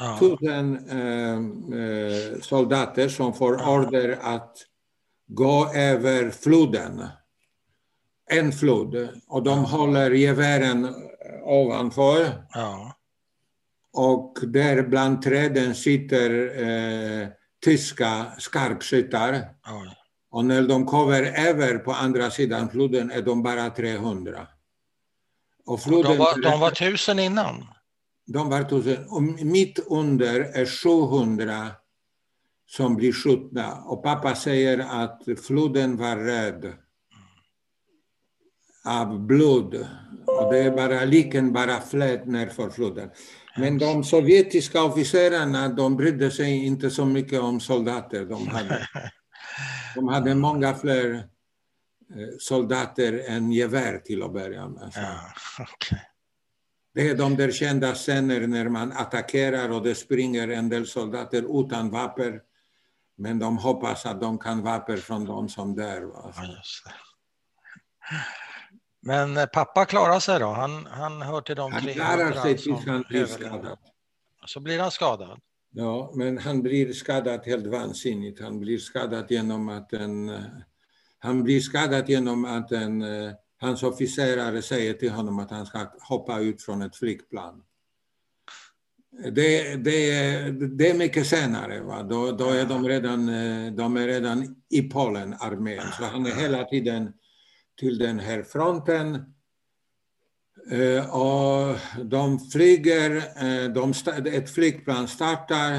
soldater som får order att gå över floden. En flod. Och de håller gevären ovanför. Och där bland träden sitter tyska skarpskyttar. Och när de kommer över på andra sidan floden är de bara 300. Och floden, de var 1000 innan? De var 1000. Och mitt under är 700 som blir skjutna. Och pappa säger att floden var röd av blod. Och det är bara liken bara flöt ner för floden. Men de sovjetiska officerarna, de brydde sig inte så mycket om soldater. De hade många fler soldater än gevär till att börja med. Det är de där kända scener när man attackerar och det springer en del soldater utan vapen. Men de hoppas att de kan vapen från de som där. Men pappa klarar sig då? Han hör till de 300 som... Han klarar sig tills han blir skadad. Så blir han skadad? Ja, men han blir skadad helt vansinnigt. Han blir skadad genom att hans officerare säger till honom att han ska hoppa ut från ett flygplan. Det är mycket senare. Va? Då är de är redan i Polen, armén. Så han är hela tiden till den här fronten. Och de flyger, ett flygplan startar.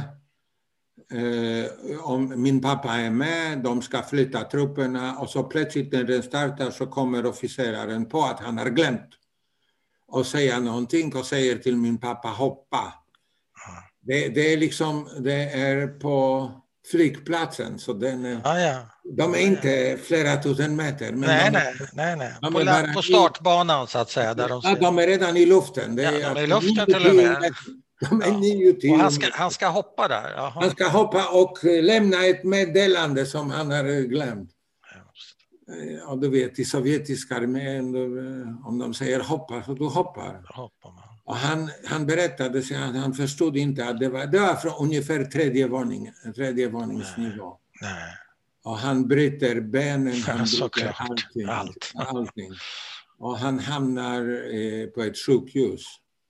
Om min pappa är med, de ska flytta trupperna. Och så plötsligt när den startar så kommer officeraren på att han har glömt. Och säger någonting och säger till min pappa hoppa. Det är liksom, det är på flygplatsen. Så de är inte flera tusen meter. Men nej. På startbanan så att säga. Där de är redan i luften. De är i luften till och med. Och han ska hoppa där? Jaha. Han ska hoppa och lämna ett meddelande som han har glömt. Och du vet, i sovjetiska armén, om de säger hoppa, så du hoppar. Och han berättade sig att han förstod inte att det var från ungefär tredje våningsnivå. Och han bryter benen, han bryter allting. Och han hamnar på ett sjukhus.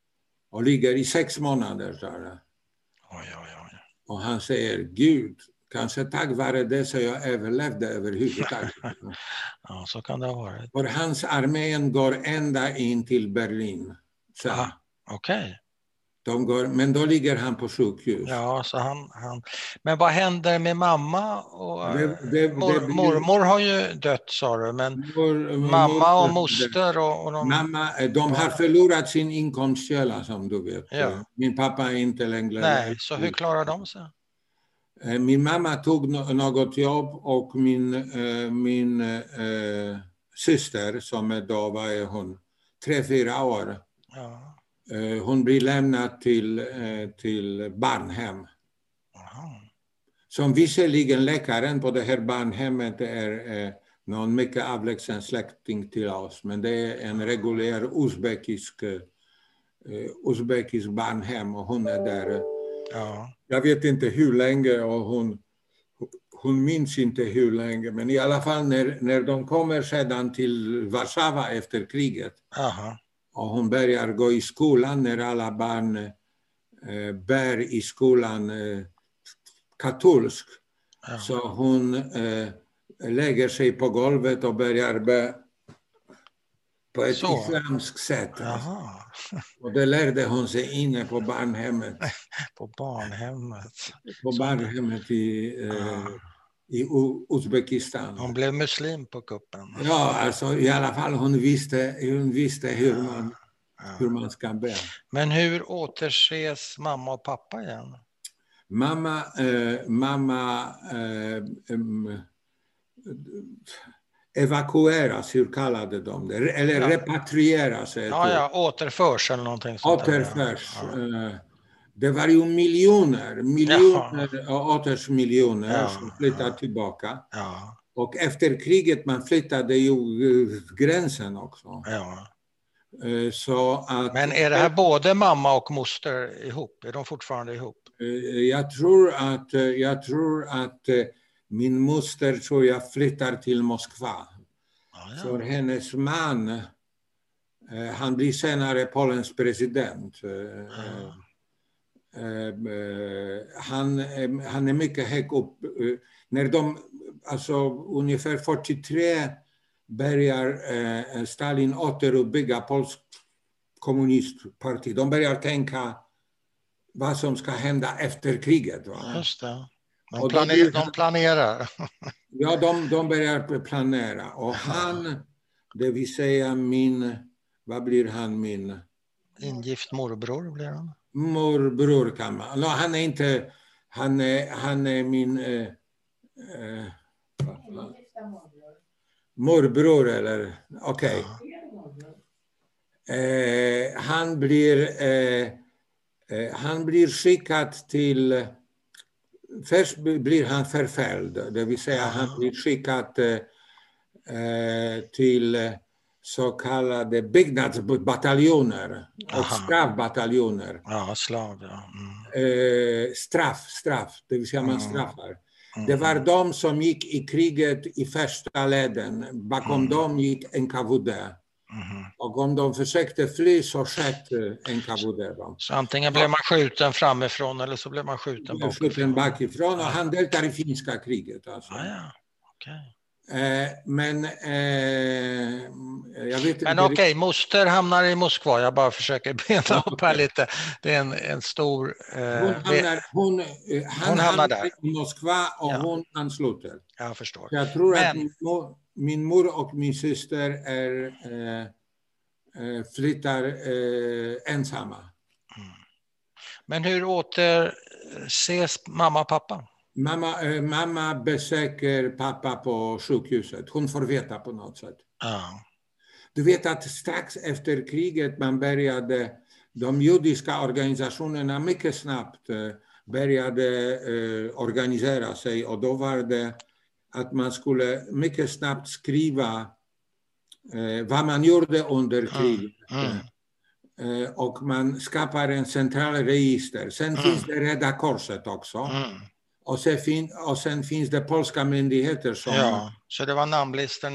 Och ligger i 6 månader där. Och han säger, Gud, Kanske tack vare det så jag överlevde överhuvudtaget. Ja, så kan det ha varit. För hans armén går ända in till Berlin. Okej. Men då ligger han på sjukhus. Ja, så han. Men vad händer med mamma? Och, mormor har ju dött, sa du, men mamma och moster och mamma, de har förlorat sin inkomstkälla, som du vet. Ja. Min pappa är inte längre. Nej, så hur klarar de sig? Min mamma tog något jobb och min syster, som då var hon 3-4 år, hon blir lämnad till barnhem. Som visserligen läkaren på det här barnhemmet är någon mycket avlägsen släkting till oss, men det är en reguljär uzbekisk barnhem och hon är där. Ja. Jag vet inte hur länge och hon minns inte hur länge, men i alla fall när de kommer sedan till Warszawa efter kriget. Aha. Och hon börjar gå i skolan när alla barn bär i skolan katolsk. Ja. Så hon lägger sig på golvet och börjar bära på ett islamskt sätt. Aha. Och det lärde hon sig inne på barnhemmet. På barnhemmet. På barnhemmet i Uzbekistan. Hon blev muslim på kuppen. Ja, alltså i alla fall hon visste hur man ska be. Men hur återses mamma och pappa igen? Mamma evakueras, hur kallade de det? Eller repatrieras. Återförs eller någonting sånt. Återförs. Det var ju miljoner och åter miljoner som flyttade tillbaka. Ja. Och efter kriget man flyttade ju gränsen också. Ja. Så att, men är det här både mamma och moster ihop? Är de fortfarande ihop? Jag tror att min moster flyttar till Moskva. För hennes man, han blir senare Polens president. Han är mycket högt upp. När de, alltså ungefär 43 börjar Stalin återuppbygga polsk kommunistparti. De börjar tänka vad som ska hända efter kriget. Va? Just det. De planerar. Ja, de börjar planera. Och han, det vill säga vad blir han, min? Ingift morbror blir han. Morbror kan man. No, han är inte, han är min morbror eller, okej. Han blir skickad till, först blir han förföljd, det vill säga han blir skickad till så kallade byggnadsbataljoner och stravbataljoner. Ja, slav, ja. Straff, det vill säga man straffar. Det var de som gick i kriget i första leden. Bakom dem gick NKVD. Och om de försökte fly så skedde NKVD. Så antingen blev man skjuten framifrån eller så blev man skjuten bakifrån. Och han deltar i finska kriget. Alltså. Okay. Men jag vet inte. Men okej, moster hamnar i Moskva. Jag bara försöker bena upp här lite. Det är en stor... hon hamnar där i Moskva och hon ansluter. Jag förstår. Jag tror att min mor och min syster flyttar ensamma. Men hur återses mamma och pappa? Mamma besöker pappa på sjukhuset. Hon får veta på något sätt. Du vet att strax efter kriget man började, de judiska organisationerna mycket snabbt började organisera sig. Och då var det att man skulle mycket snabbt skriva vad man gjorde under kriget. Och man skapar en central register. Sen finns det Röda Korset också. Och sen finns det polska myndigheter som... Ja, så det var namnlistor.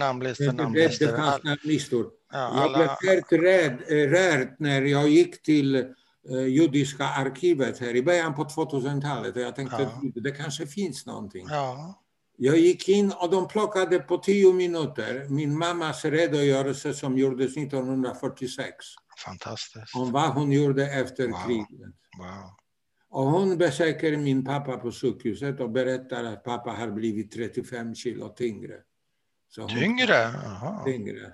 Det fanns namnlistor. Jag blev helt rörd när jag gick till judiska arkivet här i början på 2000-talet. Och jag tänkte, det kanske finns någonting. Ja. Jag gick in och de plockade på 10 minuter min mammas redogörelse som gjordes 1946. Fantastiskt. Om vad hon gjorde efter kriget. Wow. Och hon besöker min pappa på sjukhuset och berättar att pappa har blivit 35 kilo tyngre. Tyngre? Tyngre.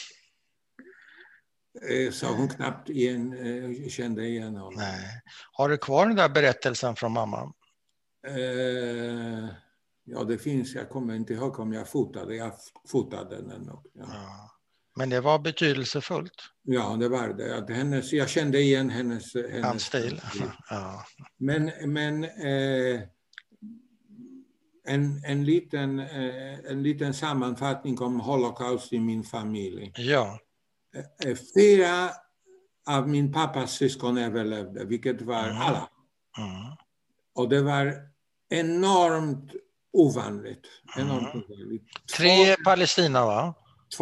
Så hon knappt kände igen honom. Nej. Har du kvar den där berättelsen från mamma? Ja, det finns. Jag kommer inte ihåg om jag fotade. Jag fotade den nog. Ja. Ja. Men det var betydelsefullt. Ja, det var det. Jag kände igen hennes stil. Ja. Men en liten sammanfattning om Holocaust i min familj. Ja. 4 av min pappas syskon överlevde, vilket var alla. Och det var enormt ovanligt. 3 Palestina, va?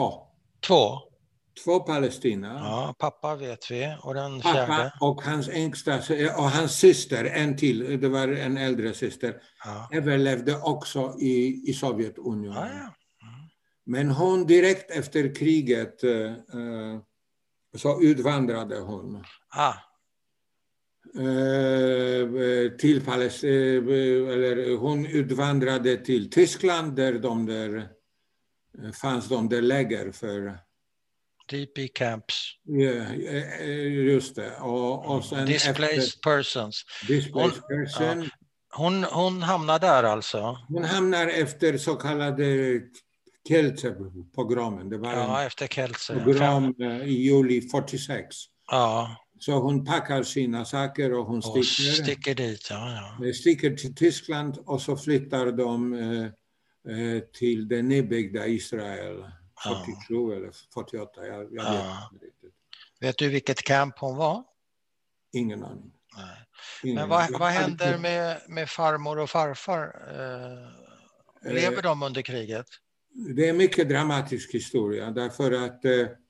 2 Palestina. Ja, pappa vet vi. Och den pappa fjärde. Och hans ängsta och hans syster, en till, det var en äldre syster, överlevde också i Sovjetunionen. Men hon direkt efter kriget så utvandrade hon. Till eller hon utvandrade till Tyskland där fanns de där läger för DP camps. Ja, just det. Och sen displaced persons. Displaced person. Hon hamnar där alltså? Hon hamnar efter så kallade Kielce-pogromen. Det var efter Kielce. Pogrom i juli 46. Ja. Så hon packar sina saker och hon sticker dit. Sticker till Tyskland och så flyttar de till det nybyggda Israel. 47 eller 48, jag vet inte riktigt. Vet du vilket camp hon var? Ingen aning. Nej. Men vad händer med farmor och farfar? Lever de under kriget? Det är en mycket dramatisk historia därför att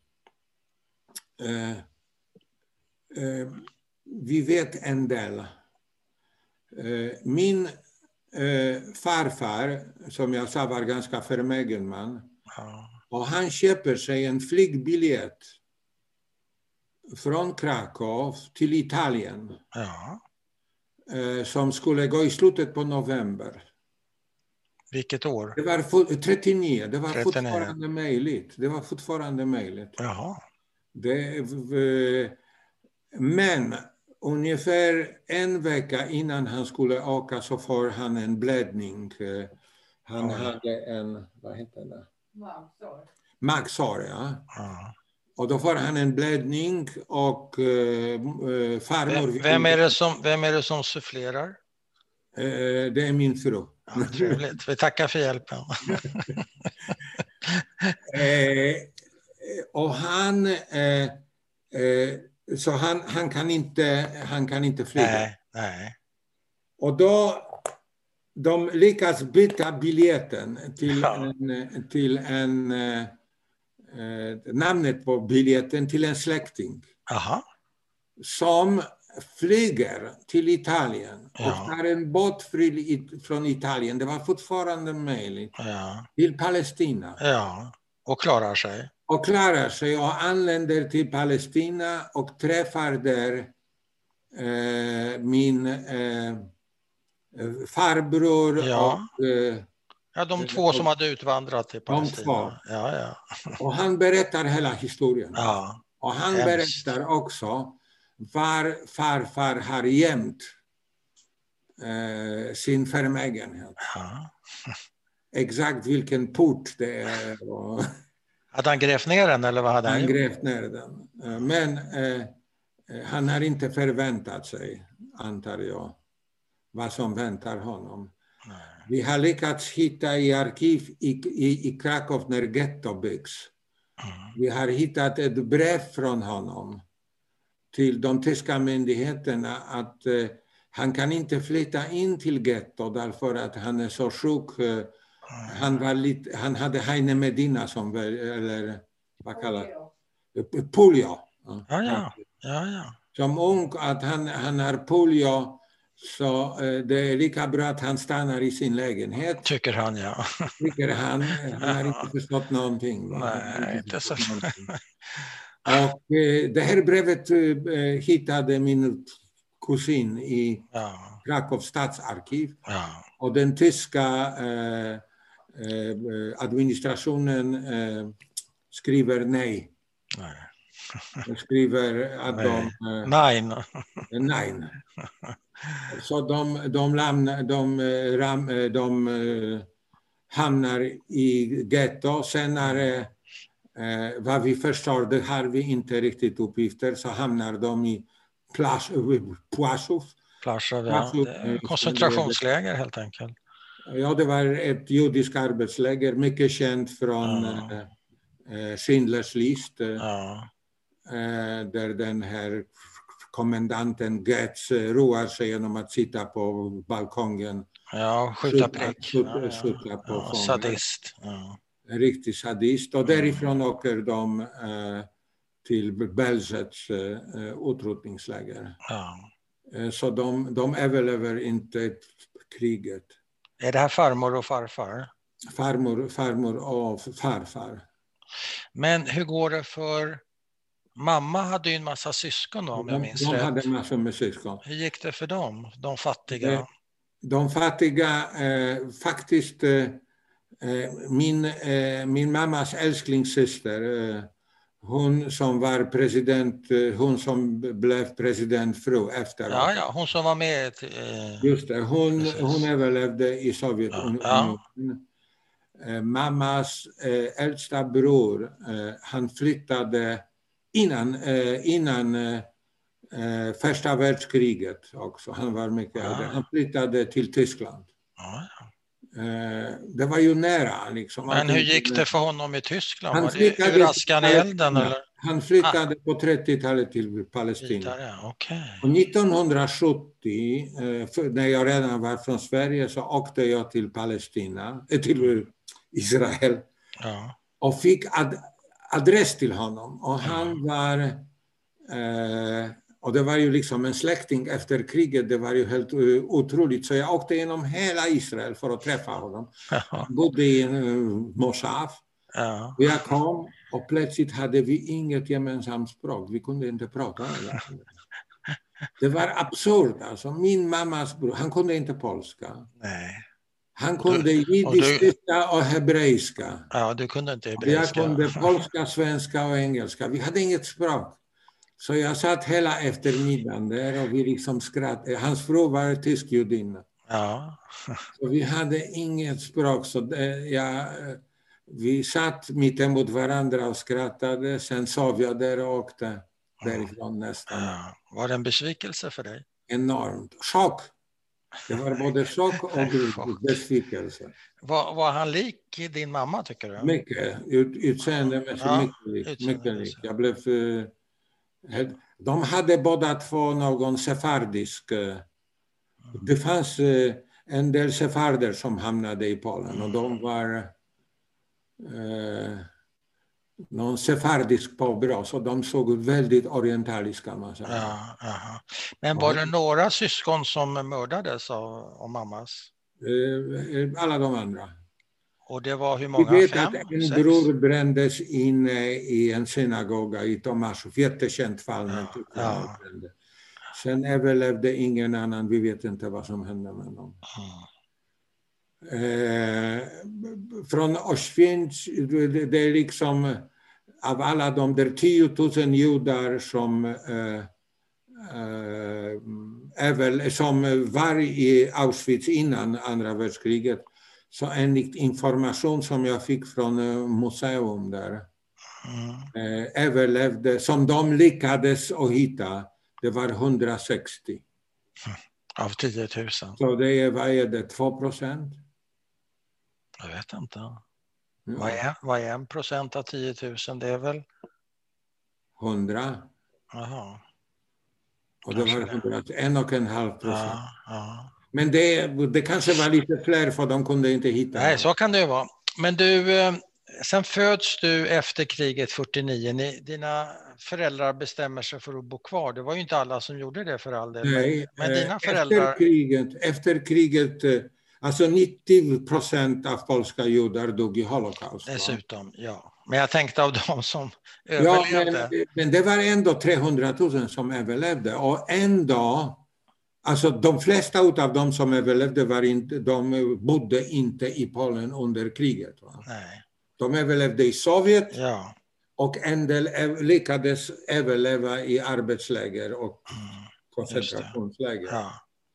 vi vet en del. Min farfar, som jag sa, var ganska förmögen man. Och han köper sig en flygbiljett från Krakow till Italien. Som skulle gå i slutet på november. Vilket år? Det var 39. Det var 39. Fortfarande möjligt. Det var fortfarande möjligt. Men ungefär en vecka innan han skulle åka så får han en blödning. Han hade en, vad heter det? Magsår, ja. Och då får han en blödning och farmor... Vem är det som sufflerar? Det är min fru. Ja, trevligt. Vi tackar för hjälpen. Och så han kan inte flyga. Nej. Och då de lyckas byta biljetten till namnet på biljetten till en släkting. Som flyger till Italien och tar en båt från Italien. Det var fortfarande möjligt. Till Palestina. Och klarar sig. Och anländer till Palestina och träffar där min farbror och... de 2 som hade utvandrat till Palestina. Och han berättar hela historien. Och han berättar också var farfar har gömt sin förmögenhet. Exakt vilken port det är. Hade han grävt ner den eller vad hade han gjort? Han grävt ner den. Men han har inte förväntat sig, antar jag, vad som väntar honom. Vi har lyckats hitta i arkiv i Krakow när getto byggs. Vi har hittat ett brev från honom till de tyska myndigheterna att han kan inte flytta in till getto därför att han är så sjuk. Han hade Heine Medina eller vad kallar polio. som ung att han har polio, så det är lika bra att han stannar i sin lägenhet. Tycker han, ja. Tycker han har inte förstått någonting. Nej, inte så. Och det här brevet hittade min kusin i Krakows stadsarkiv. Ja. Och den tyska administrationen skriver nej. De skriver att nej. Så de hamnar i getto. Senare, vad vi förstår, det har vi inte riktigt uppgifter, så hamnar de i Płaszów. Koncentrationsläger helt enkelt. Ja, det var ett judiskt arbetsläger, mycket känt från Schindlers list. Där den här kommendanten Goetz roar sig genom att sitta på balkongen. Ja, skjuta prick. Skjuta på sadist. Riktig sadist. Och därifrån åker de till Belzets utrotningsläger. Så de överlever inte kriget. Är det här farmor och farfar? Farmor och farfar. Men hur går det för... Mamma hade ju en massa syskon då, om jag minns rätt. De hade massor med syskon. Hur gick det för dem, de fattiga? De fattiga, faktiskt, min mammas älsklingssyster, hon som var president, hon som blev presidentfru efteråt. Ja, hon som var med. Just det, hon överlevde i Sovjetunionen. Mammas äldsta bror, han flyttade innan första världskriget också. Han var mycket äldre. Han flyttade till Tyskland. Det var ju nära. Liksom. Men hur gick det för honom i Tyskland? Var det ur askan i elden? Eller? Han flyttade på 30-talet till Palestina. Och 1970, när jag redan var från Sverige, så åkte jag till Palestina, till Israel. Och fick adress till honom. Och han var... och det var ju liksom en släkting efter kriget. Det var ju helt otroligt. Så jag åkte genom hela Israel för att träffa honom. Han bodde i en mosav. Jag kom och plötsligt hade vi inget gemensamt språk. Vi kunde inte prata. Det var absurt. Alltså, min mammas bror, han kunde inte polska. Nej. Han kunde jiddiska och hebreiska. Ja, du kunde inte hebreiska. Jag kunde polska, svenska och engelska. Vi hade inget språk. Så jag satt hela eftermiddagen där och vi liksom skrattade. Hans fru var tysk judinna. Så vi hade inget språk. Så vi satt mitt emot varandra och skrattade. Sen sov jag där och åkte därifrån nästan. Var det en besvikelse för dig? Enormt. Chock. Det var både chock och besvikelse. Var han lik din mamma, tycker du? Mycket. Utseendemässigt mycket lik. Jag blev... De hade båda två någon sefardisk... Det fanns en del sefarder som hamnade i Polen och de var någon sefardisk påbrå, så de såg väldigt orientaliska. Men var det några syskon som mördades av mammas? Alla de andra. Och det var hur många? Vi vet att en bror brändes inne i en synagoga i Tomaszów. Jättekänt fall. Sen överlevde ingen annan. Vi vet inte vad som hände med dem. Från Auschwitz, det är liksom av alla de där 10 000 judar som var i Auschwitz innan andra världskriget. Så enligt information som jag fick från museum där, överlevde, som de lyckades att hitta, det var 160. Av 10 000? Så det är, vad är det, 2%? Jag vet inte. Vad är 1% av 10 000? Det är väl? 100. Jaha. Och det var 1,5%. Men det kanske var lite fler, för de kunde inte hitta. Nej, så kan det ju vara. Men du, sen föds du efter kriget 49. Dina föräldrar bestämmer sig för att bo kvar. Det var ju inte alla som gjorde det för all del. Nej, men dina föräldrar... Efter kriget, alltså 90% av polska judar dog i Holocaust. Dessutom, ja. Men jag tänkte av de som överlevde. Men det var ändå 300 000 som överlevde. Och ändå, alltså de flesta av dem som överlevde de bodde inte i Polen under kriget. Va? Nej. De överlevde i Sovjet. Ja. Och en del lyckades överleva i arbetsläger och koncentrationsläger. Ja.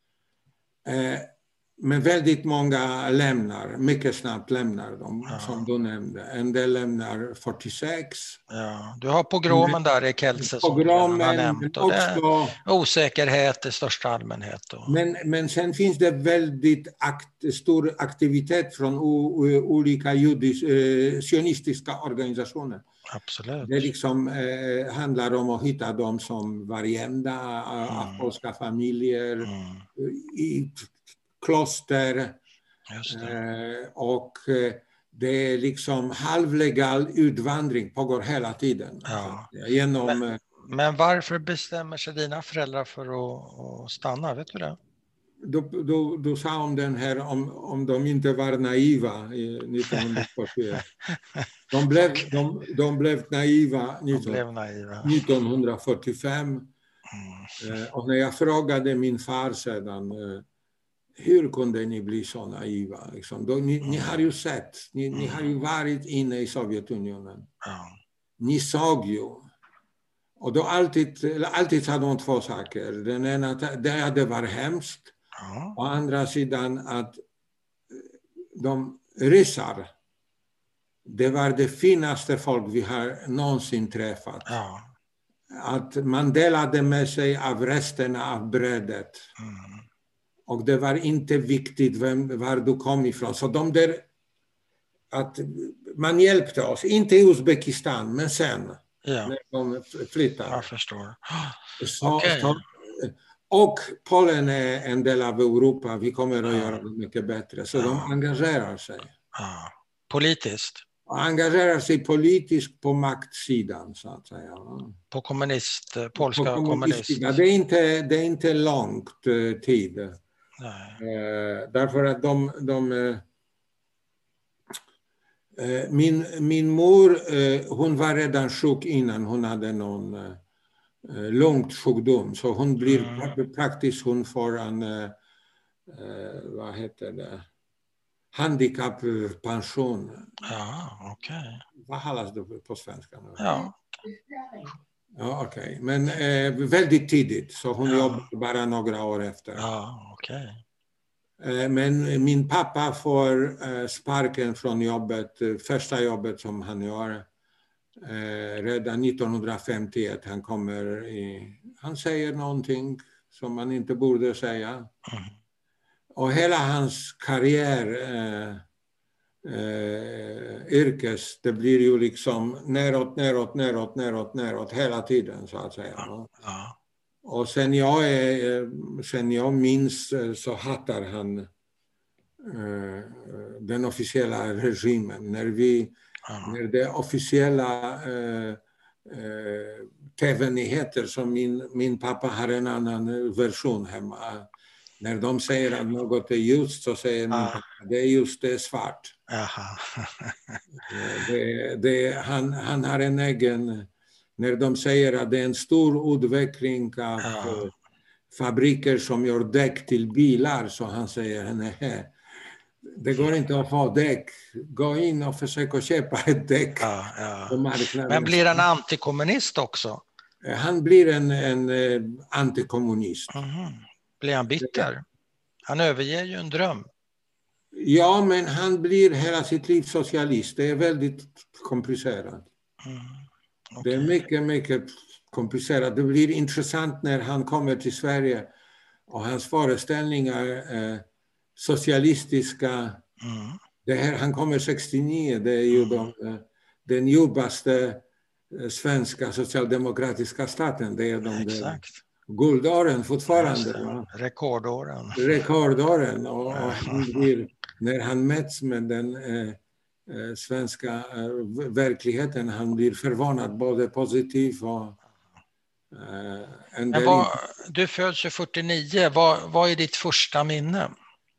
Men väldigt många mycket snabbt lämnar de, som du nämnde. En del lämnar 46. Ja. Du har pogromen där i Kielce som du har nämnt. Och det osäkerhet i största allmänhet. Men sen finns det väldigt stor aktivitet från olika sionistiska organisationer. Absolut. Det liksom handlar om att hitta dem som varenda av polska familjer i kloster. Just det. Och det är liksom halvlegal utvandring pågår hela tiden. Ja. Men varför bestämmer sig dina föräldrar för att stanna? Vet du det? Du sa om den här, om de inte var naiva i 1941. De blev naiva 1945. Och när jag frågade min far sedan, hur kunde ni bli så naiva? Liksom, ni har ju sett, ni har ju varit inne i Sovjetunionen. Ni såg ju. Och då alltid sa de två saker. Den ena, det var hemskt. Å andra sidan att de ryssar, det var det finaste folk vi har någonsin träffat. Att man delade med sig av resterna av brödet. Och det var inte viktigt var du kom ifrån. Så att man hjälpte oss, inte i Uzbekistan, men sen när de flyttade. Jag förstår. Och Polen är en del av Europa. Vi kommer att göra det mycket bättre. Så de engagerar sig. Politiskt? Engagerar sig politiskt på maktsidan, så att säga. På polska kommunister? Det är inte långt tid. Därför att min mor, hon var redan sjuk innan hon hade någon långsjukdom, så hon blir praktiskt, hon får en vad heter det, handikapppension. Okej. Vad kallas det på svenska? Okej. Men väldigt tidigt, så hon jobbar bara några år efter. Okej. Men min pappa får sparken från jobbet, första jobbet som han gör. Redan 1951, han säger någonting som man inte borde säga. Och hela hans karriär, yrkes, det blir ju liksom neråt hela tiden, så att säga. Och sen jag minns så hatar han den officiella regimen. När det officiella tv-nyheter, som min pappa har en annan version hemma. När de säger att något är ljust, så säger min pappa, det är just, det är svart. Han har en egen, när de säger att det är en stor utveckling av fabriker som gör däck till bilar, så han säger, nej, det går inte att få däck. Gå in och försöka köpa ett däck på marknaden. Men blir han antikommunist också? Han blir en antikommunist. Blir han bitter? Han överger ju en dröm. Ja, men han blir hela sitt liv socialist. Det är väldigt komplicerat. Det är mycket, mycket komplicerat. Det blir intressant när han kommer till Sverige och hans föreställningar socialistiska. Han kommer 69, det är ju den djupaste svenska socialdemokratiska staten. Det är de guldåren fortfarande. Rekordåren. Och när han mäts med den svenska verkligheten. Han blir förvånad, både positiv och... Du föds 49. Vad är ditt första minne?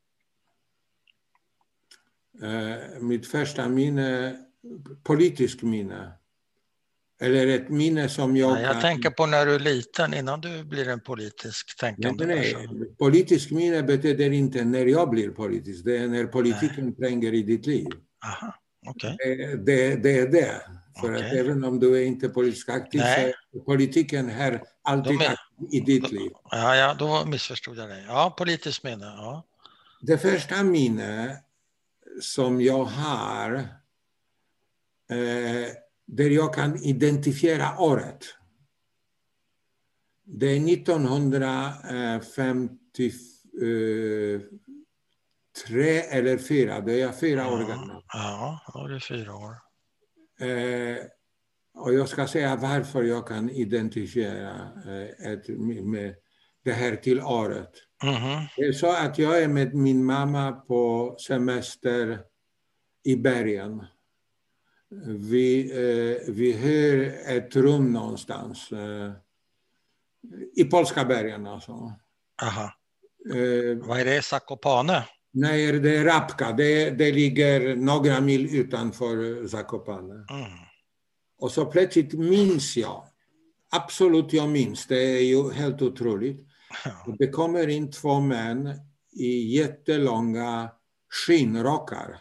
Mitt första minne, politisk minne. Eller ett minne som jag tänker på när du är liten, innan du blir en politisk tänkande person. Politisk minne betyder inte när jag blir politisk. Det är när politiken tränger i ditt liv. Aha, okay. Det är det. För att även om du är inte politiskt aktiv så är politiken här alltid i ditt liv. Ja, då missförstod jag dig. Ja, politiskt minne. Ja. Det första minne som jag har där jag kan identifiera året. Det är 1953 eller 4. Det är jag 4 år gammal. Ja, det är 4 år. Och jag ska säga varför jag kan identifiera med det här till året. Det är så att jag är med min mamma på semester i bergen. Vi hör ett rum någonstans i polska bergen alltså. Aha. Vad är det? Zakopane? Nej, det är Rabka. Det ligger några mil utanför Zakopane. Och så plötsligt minns jag. Absolut, jag minns. Det är ju helt otroligt. Det kommer in 2 män i jättelånga skinnrockar.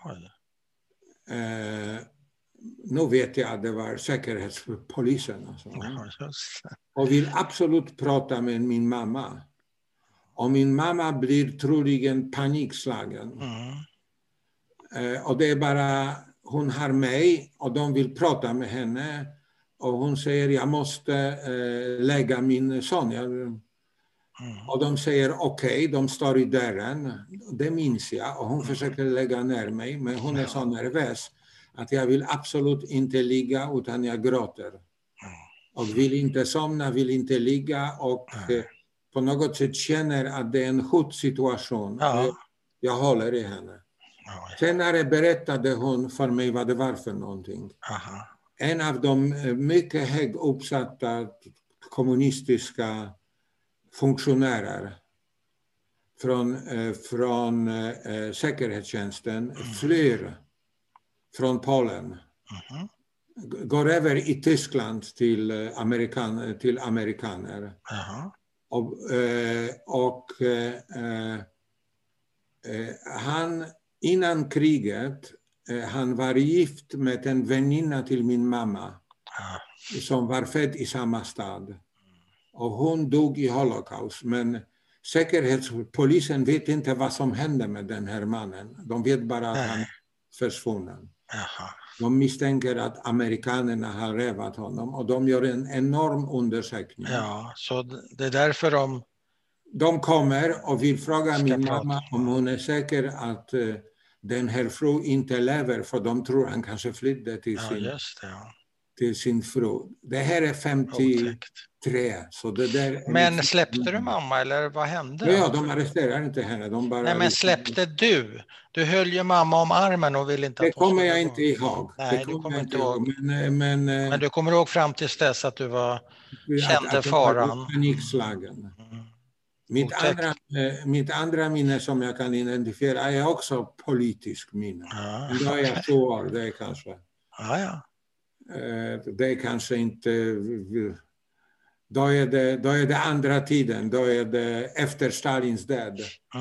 Nu vet jag att det var säkerhetspolisen. Alltså. Och vill absolut prata med min mamma. Och min mamma blir troligen panikslagen. Och det är bara, hon har mig och de vill prata med henne. Och hon säger, jag måste lägga min son. Och de säger okej, de står i dörren. Det minns jag. Och hon försöker lägga ner mig. Men hon är så nervös att jag vill absolut inte ligga utan jag gråter. Och vill inte somna, vill inte ligga. Och på något sätt känner att det är en hotsituation. Jag håller i henne. Senare berättade hon för mig vad det var för någonting. En av de mycket högt uppsatta kommunistiska funktionärer från säkerhetstjänsten flyr från Polen. Går över i Tyskland till amerikaner. Och han innan kriget han var gift med en väninna till min mamma som var född i samma stad. Och hon dog i Holocaust. Men säkerhetspolisen vet inte vad som hände med den här mannen. De vet bara att han är försvunnen. De misstänker att amerikanerna har rävat honom. Och de gör en enorm undersökning. Ja, så det är därför de kommer och vill fråga min mamma om hon är säker att den här fru inte lever. För de tror han kanske flydde till till sin fru. Det här är 53. Så det där men släppte du mamma eller vad hände? Ja, de arresterade inte henne. Nej, men släppte du? Du höll ju mamma om armen och ville inte att det kommer jag inte ihåg. Nej, du kommer inte ihåg. Men du kommer ihåg fram till dess att du kände faran. Panikslagen. Mitt andra minne som jag kan identifiera är också politisk minne. Då är jag 2 år, det är kanske. Det är kanske inte... Då är det andra tiden, då är det efter Stalins död.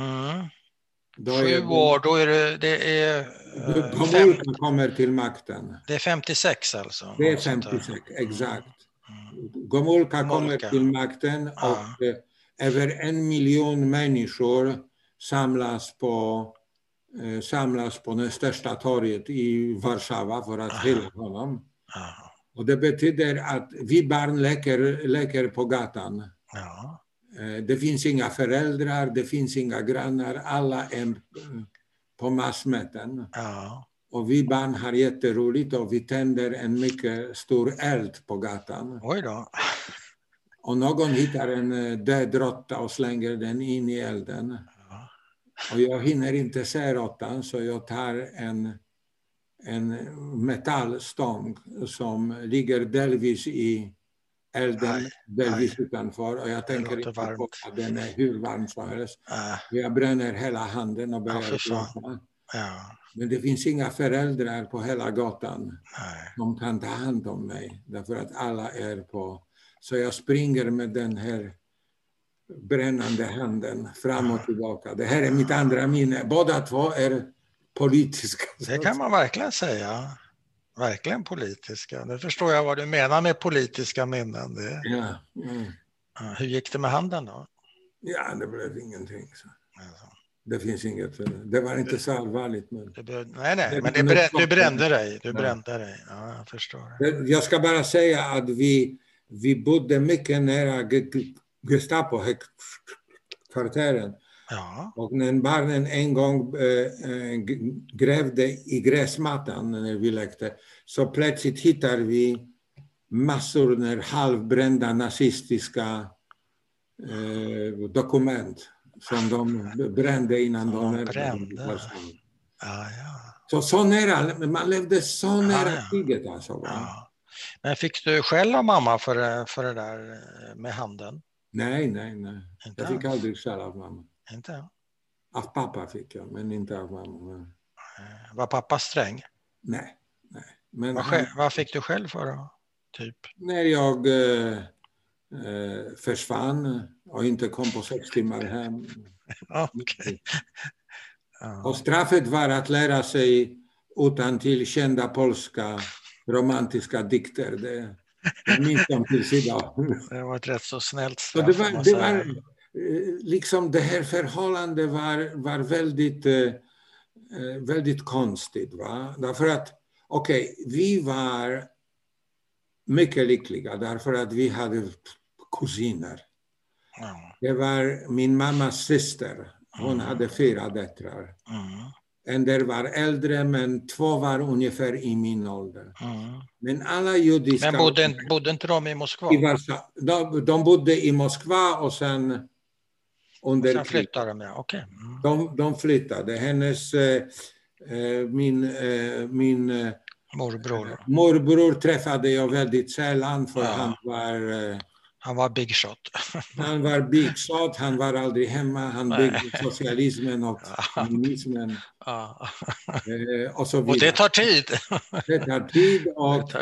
7 år, då är det Gomulka kommer till makten. Det är 56 alltså? Det är 56, exakt. Gomulka kommer till makten och över 1 miljon människor samlas på det största torget i Warszawa för att hylla honom. Och det betyder att vi barn leker på gatan. Det finns inga föräldrar, det finns inga grannar, alla är på massmöten. Och vi barn har jätteroligt och vi tänder en mycket stor eld på gatan. Oj då. Och någon hittar en död råtta och slänger den in i elden. Och jag hinner inte se råttan så jag tar en metallstång som ligger delvis i elden, delvis utanför. Och jag tänker inte på att den är hur varm som helst. Jag bränner hela handen och börjar gråta. Men det finns inga föräldrar på hela gatan som kan ta hand om mig. Därför att alla är på. Så jag springer med den här brännande handen fram och tillbaka. Det här är mitt andra minne. Båda två är politiska. Det kan man verkligen säga. Verkligen politiska. Nu förstår jag vad du menar med politiska minnen. Ja. Hur gick det med handen då? Ja, det blev ingenting. Så. Det finns inget. Det var inte så allvarligt. Men nej, men du brände dig. Du brände dig. Ja, jag förstår. Jag ska bara säga att vi bodde mycket nära Gestapo-kvarteren. Ja. Och när barnen en gång grävde i gräsmattan när vi lekte, så plötsligt hittar vi massor av halvbrända nazistiska dokument som de brände innan de brände. Så nära, man levde så nära kriget alltså. Ja. Men fick du skäll av mamma för det där med handen? Nej. Jag fick aldrig skäll av mamma. Inte? Av pappa fick jag, men inte av mamma. Var pappa sträng? Nej. Men vad fick du själv för då? Typ? När jag försvann och inte kom på 6 timmar hem. Okay. Och straffet var att lära sig utantill kända polska romantiska dikter. Det minns jag tills idag. Det var ett rätt så snällt straff. Det var liksom det här förhållandet var väldigt konstigt. Va? Därför att vi var mycket lyckliga därför att vi hade kusiner. Det var min mammas syster. Hon hade 4 döttrar. En där var äldre, men 2 var ungefär i min ålder. Men alla judiska... Men bodde inte de i Moskva? De bodde i Moskva och sen... Och sen flyttade de, ja. Okay. De flyttade. Min morbror träffade jag väldigt sällan för han var big shot. Han var big shot, han var aldrig hemma, han byggde socialismen och kommunismen. Och så vidare. Och det tar tid. Det tar tid och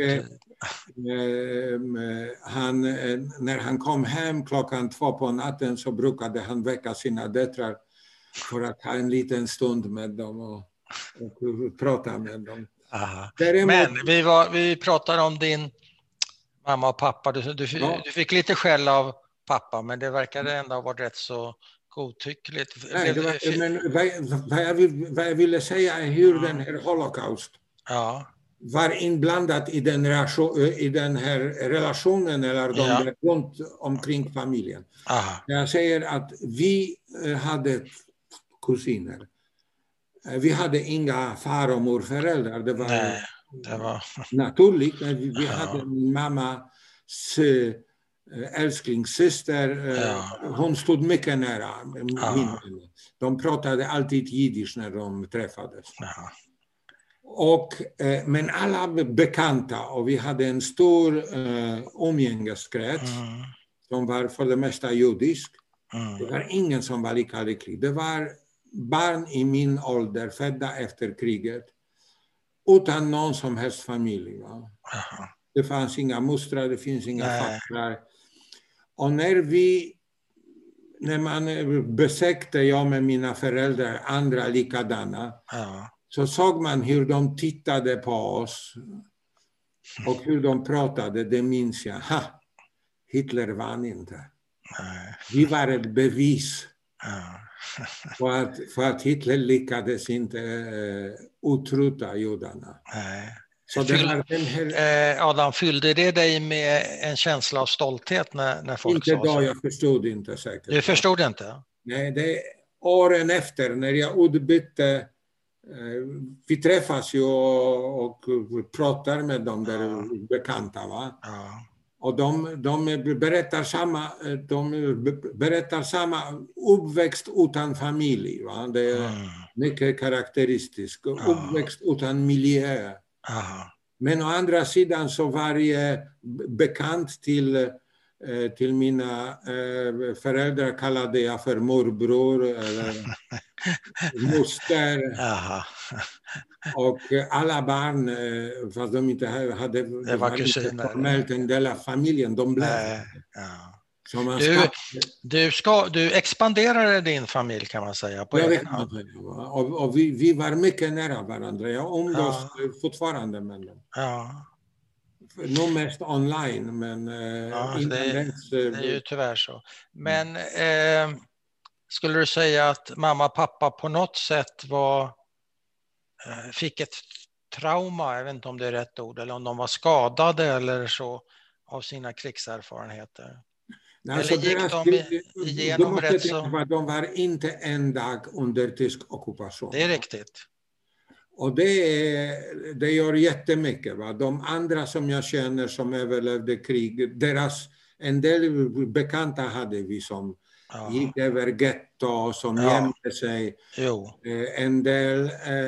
när han kom hem 2:00 på natten så brukade han väcka sina döttrar för att ha en liten stund med dem och prata med dem. Men vi pratade om din mamma och pappa. Du fick lite skäll av pappa, men det verkade ändå ha varit rätt så godtyckligt. Nej, vad jag ville säga är hur den här Holocaust var inblandad i den här relationen eller de runt omkring familjen. Jag säger att vi hade kusiner. Vi hade inga far- och morföräldrar. Det var naturligt. Vi hade min mammas älsklingssyster. Hon stod mycket nära. De pratade alltid jiddisch när de träffades. Men alla bekanta, och vi hade en stor umgängeskrets som var för det mesta judisk. Det var ingen som var lika lycklig. Det var barn i min ålder, födda efter kriget, utan någon som helst familj. Det fanns inga mostrar, det finns inga fastrar. Och när man besökte jag med mina föräldrar, andra likadana, så såg man hur de tittade på oss och hur de pratade, det minns jag. Hitler vann inte. Vi var ett bevis för att Hitler lyckades inte utrota judarna. Så Adam, fyllde det dig med en känsla av stolthet när folk inte sa så? Då, jag förstod inte säkert. Du förstod inte? Nej, det är åren efter när jag utbytte. Vi träffas ju och pratar med de där bekanta. Va? Och de berättar samma uppväxt utan familj. Va? Mycket karaktäristisk. Uppväxt utan miljö. Men å andra sidan så varje bekant till mina föräldrar kallade jag för morbror eller moster. Och alla barn, fast de inte hade det var kusiner, formellt en del av familjen, de blev. Du expanderade din familj kan man säga på egen hand. Och vi var mycket nära varandra. Jag umgås fortfarande med dem. Nog mest online, men det är ju tyvärr så. Men skulle du säga att mamma och pappa på något sätt fick ett trauma, jag vet inte om det är rätt ord, eller om de var skadade eller så av sina krigserfarenheter? Alltså eller gick de igenom rätt så? De var inte en dag under tysk ockupation. Det är riktigt. Och det gör jättemycket. Va? De andra som jag känner som överlevde krig, en del bekanta hade vi som gick över getto, som gömde sig. En del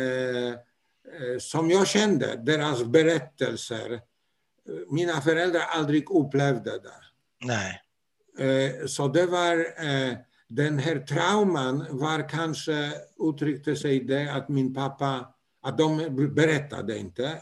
som jag kände, deras berättelser. Mina föräldrar aldrig upplevde det. Nej. Så det var, den här trauman var kanske, uttryckte sig det att min pappa, att de berättade inte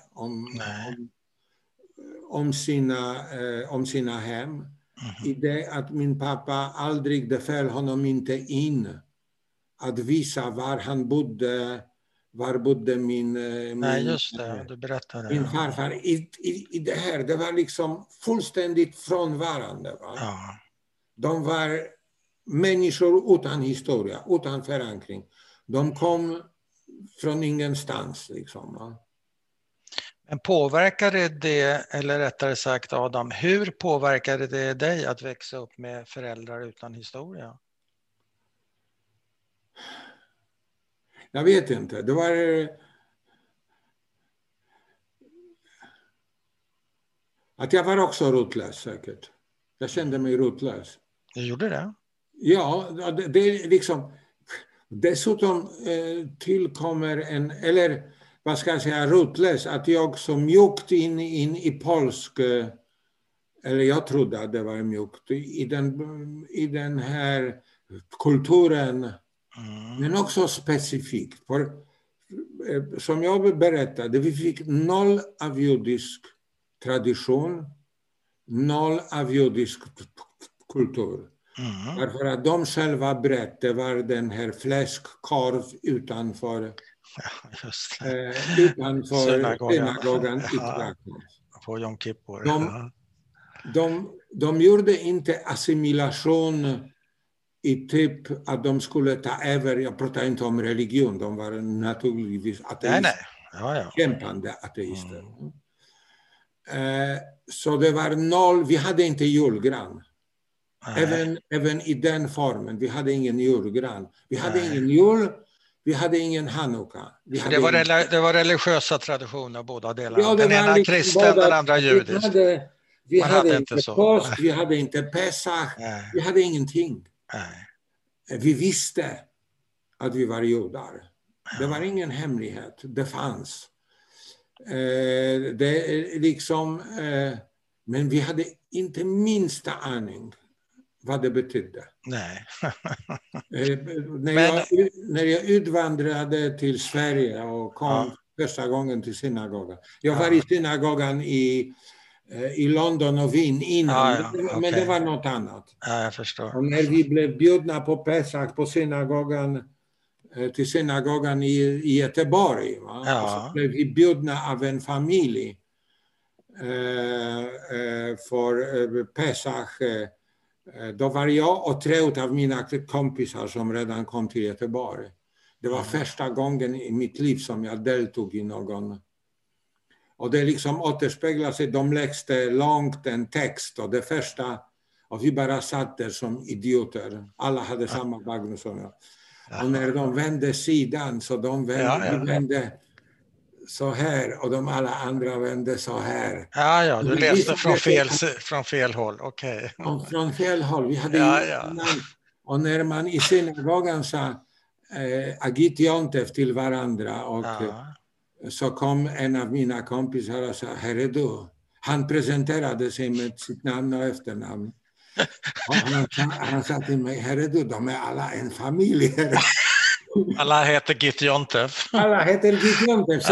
om sina hem. I det att min pappa aldrig, det föll honom inte in att visa var han bodde, var bodde min du berättade. Min farfar. I det här, det var liksom fullständigt frånvarande. Va? De var människor utan historia, utan förankring. De kom från ingenstans. Liksom, va? Men påverkade det, eller rättare sagt Adam, hur påverkade det dig att växa upp med föräldrar utan historia? Jag vet inte. Det var... Att jag var också rotlös säkert. Jag kände mig rotlös. Du gjorde det? Ja, det är liksom... Dessutom tillkommer eller vad ska jag säga, rotlös, att jag så mjukt in i polsk, eller jag trodde att det var mjukt, i den här kulturen, men också specifikt. För, som jag berättade, vi fick 0 av judisk tradition, 0 av judisk kultur. Därför att de själva berättade var den här fläskkorv utanför synagogan i Krakow. På Yom Kippur. De gjorde inte assimilation i typ att de skulle ta över, jag pratar inte om religion, de var naturligtvis ateister. Kämpande ateister. Så det var 0, vi hade inte julgran. Även i den formen, vi hade ingen julgran. Vi hade ingen jul, vi hade ingen hanukka. Det var religiösa traditioner båda delarna. Ja, den ena kristen, den andra judisk. Vi hade inte påsk, vi hade inte pesach, vi hade ingenting. Vi visste att vi var judar. Det var ingen hemlighet, det fanns. Men vi hade inte minsta aning vad det betydde. Nej. När jag utvandrade till Sverige och kom första gången till synagogan. Jag var i synagogan i London och Wien innan, men det var något annat. Ja, jag förstår. Och när vi blev bjudna på Pesach på synagogan, till synagogan i Göteborg, så blev vi bjudna av en familj för Pesach. Då var jag och 3 av mina kompisar som redan kom till Göteborg. Det var första gången i mitt liv som jag deltog i någon. Och det liksom återspeglar sig, de läste långt en text och det första, och vi bara satt där som idioter. Alla hade samma bakgrund som jag. Och när de vände sidan så vände så här och de alla andra vände så här. Du läste från fel håll, okej. Från fel håll. Vi hade och när man i synagogan sa Agitjontef till varandra och så kom en av mina kompisar och sa, herre du, han presenterade sig med sitt namn och efternamn. Och han sa till mig, herre du, de är alla en familj. Alla heter Gitjontef. Alla heter Gitjontef.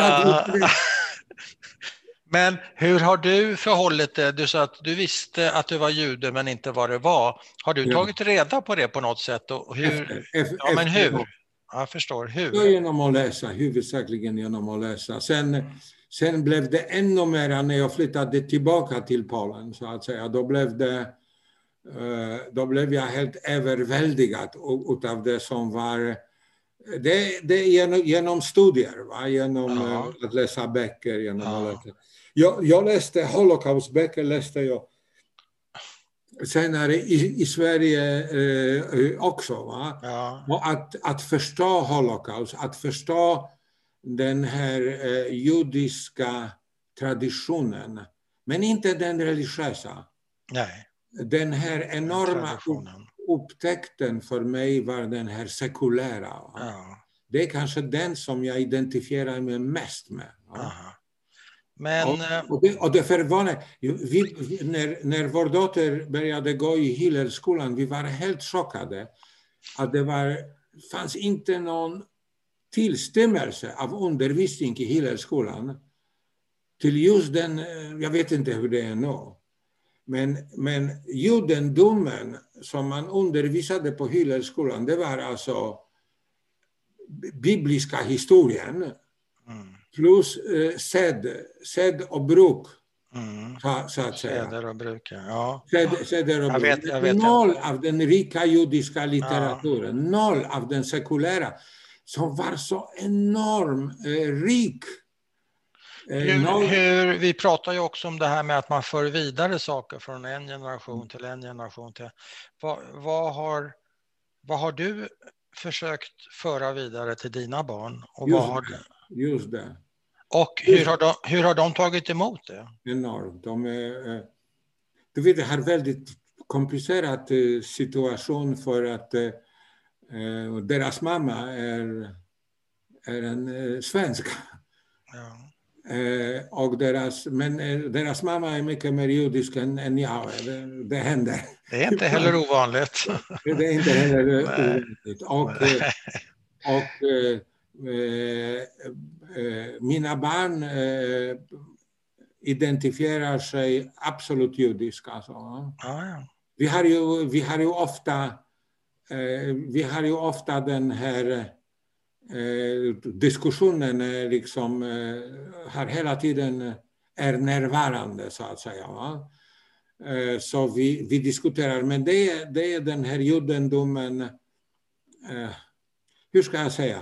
Men hur har du förhållit det? Du sa att du visste att du var jude men inte vad det var. Har du tagit reda på det på något sätt? Och hur? Men hur? Jag förstår. Hur? Ja, genom att läsa, huvudsakligen genom att läsa. Sen blev det ännu mer när jag flyttade tillbaka till Polen, så att säga. Då blev jag helt överväldigad av det som var... Det är genom studier, va? Genom att läsa böcker. Jag läste Holocaustböcker, läste jag senare i Sverige också. Va? Och att förstå Holocaust, att förstå den här judiska traditionen, men inte den religiösa. Nej. Den här enorma upptäckten för mig var den här sekulära. Det är kanske den som jag identifierar mig mest med. Men... Och det förvånar. När vår dotter började gå i Hillelskolan, vi var helt chockade att det fanns inte någon tillstämmelse av undervisning i Hillelskolan till just den, jag vet inte hur det är nu. Men judendomen som man undervisade på Hillelskolan, det var alltså bibliska historien plus sed och bruk. Så att säga. Seder och bruk, ja. Seder och bruk. Jag vet. Noll av den rika judiska litteraturen, noll av den sekulära, som var så enormt rik. Vi pratar ju också om det här med att man för vidare saker från en generation till en generation till. Vad har du försökt föra vidare till dina barn? Och just det. Och hur har de tagit emot det? Enormt. Du vet, det har väldigt komplicerad situation för att deras mamma är en svensk. Ja. Och deras mamma är mycket mer judisk än jag. Det händer. Det är inte heller ovanligt. Det är inte heller ovanligt. Och mina barn identifierar sig absolut judiska. Alltså. Ja. Vi har ju ofta den här diskussionen liksom har hela tiden är närvarande, så att säga. Va? Så vi diskuterar, men det är den här judendomen, hur ska jag säga?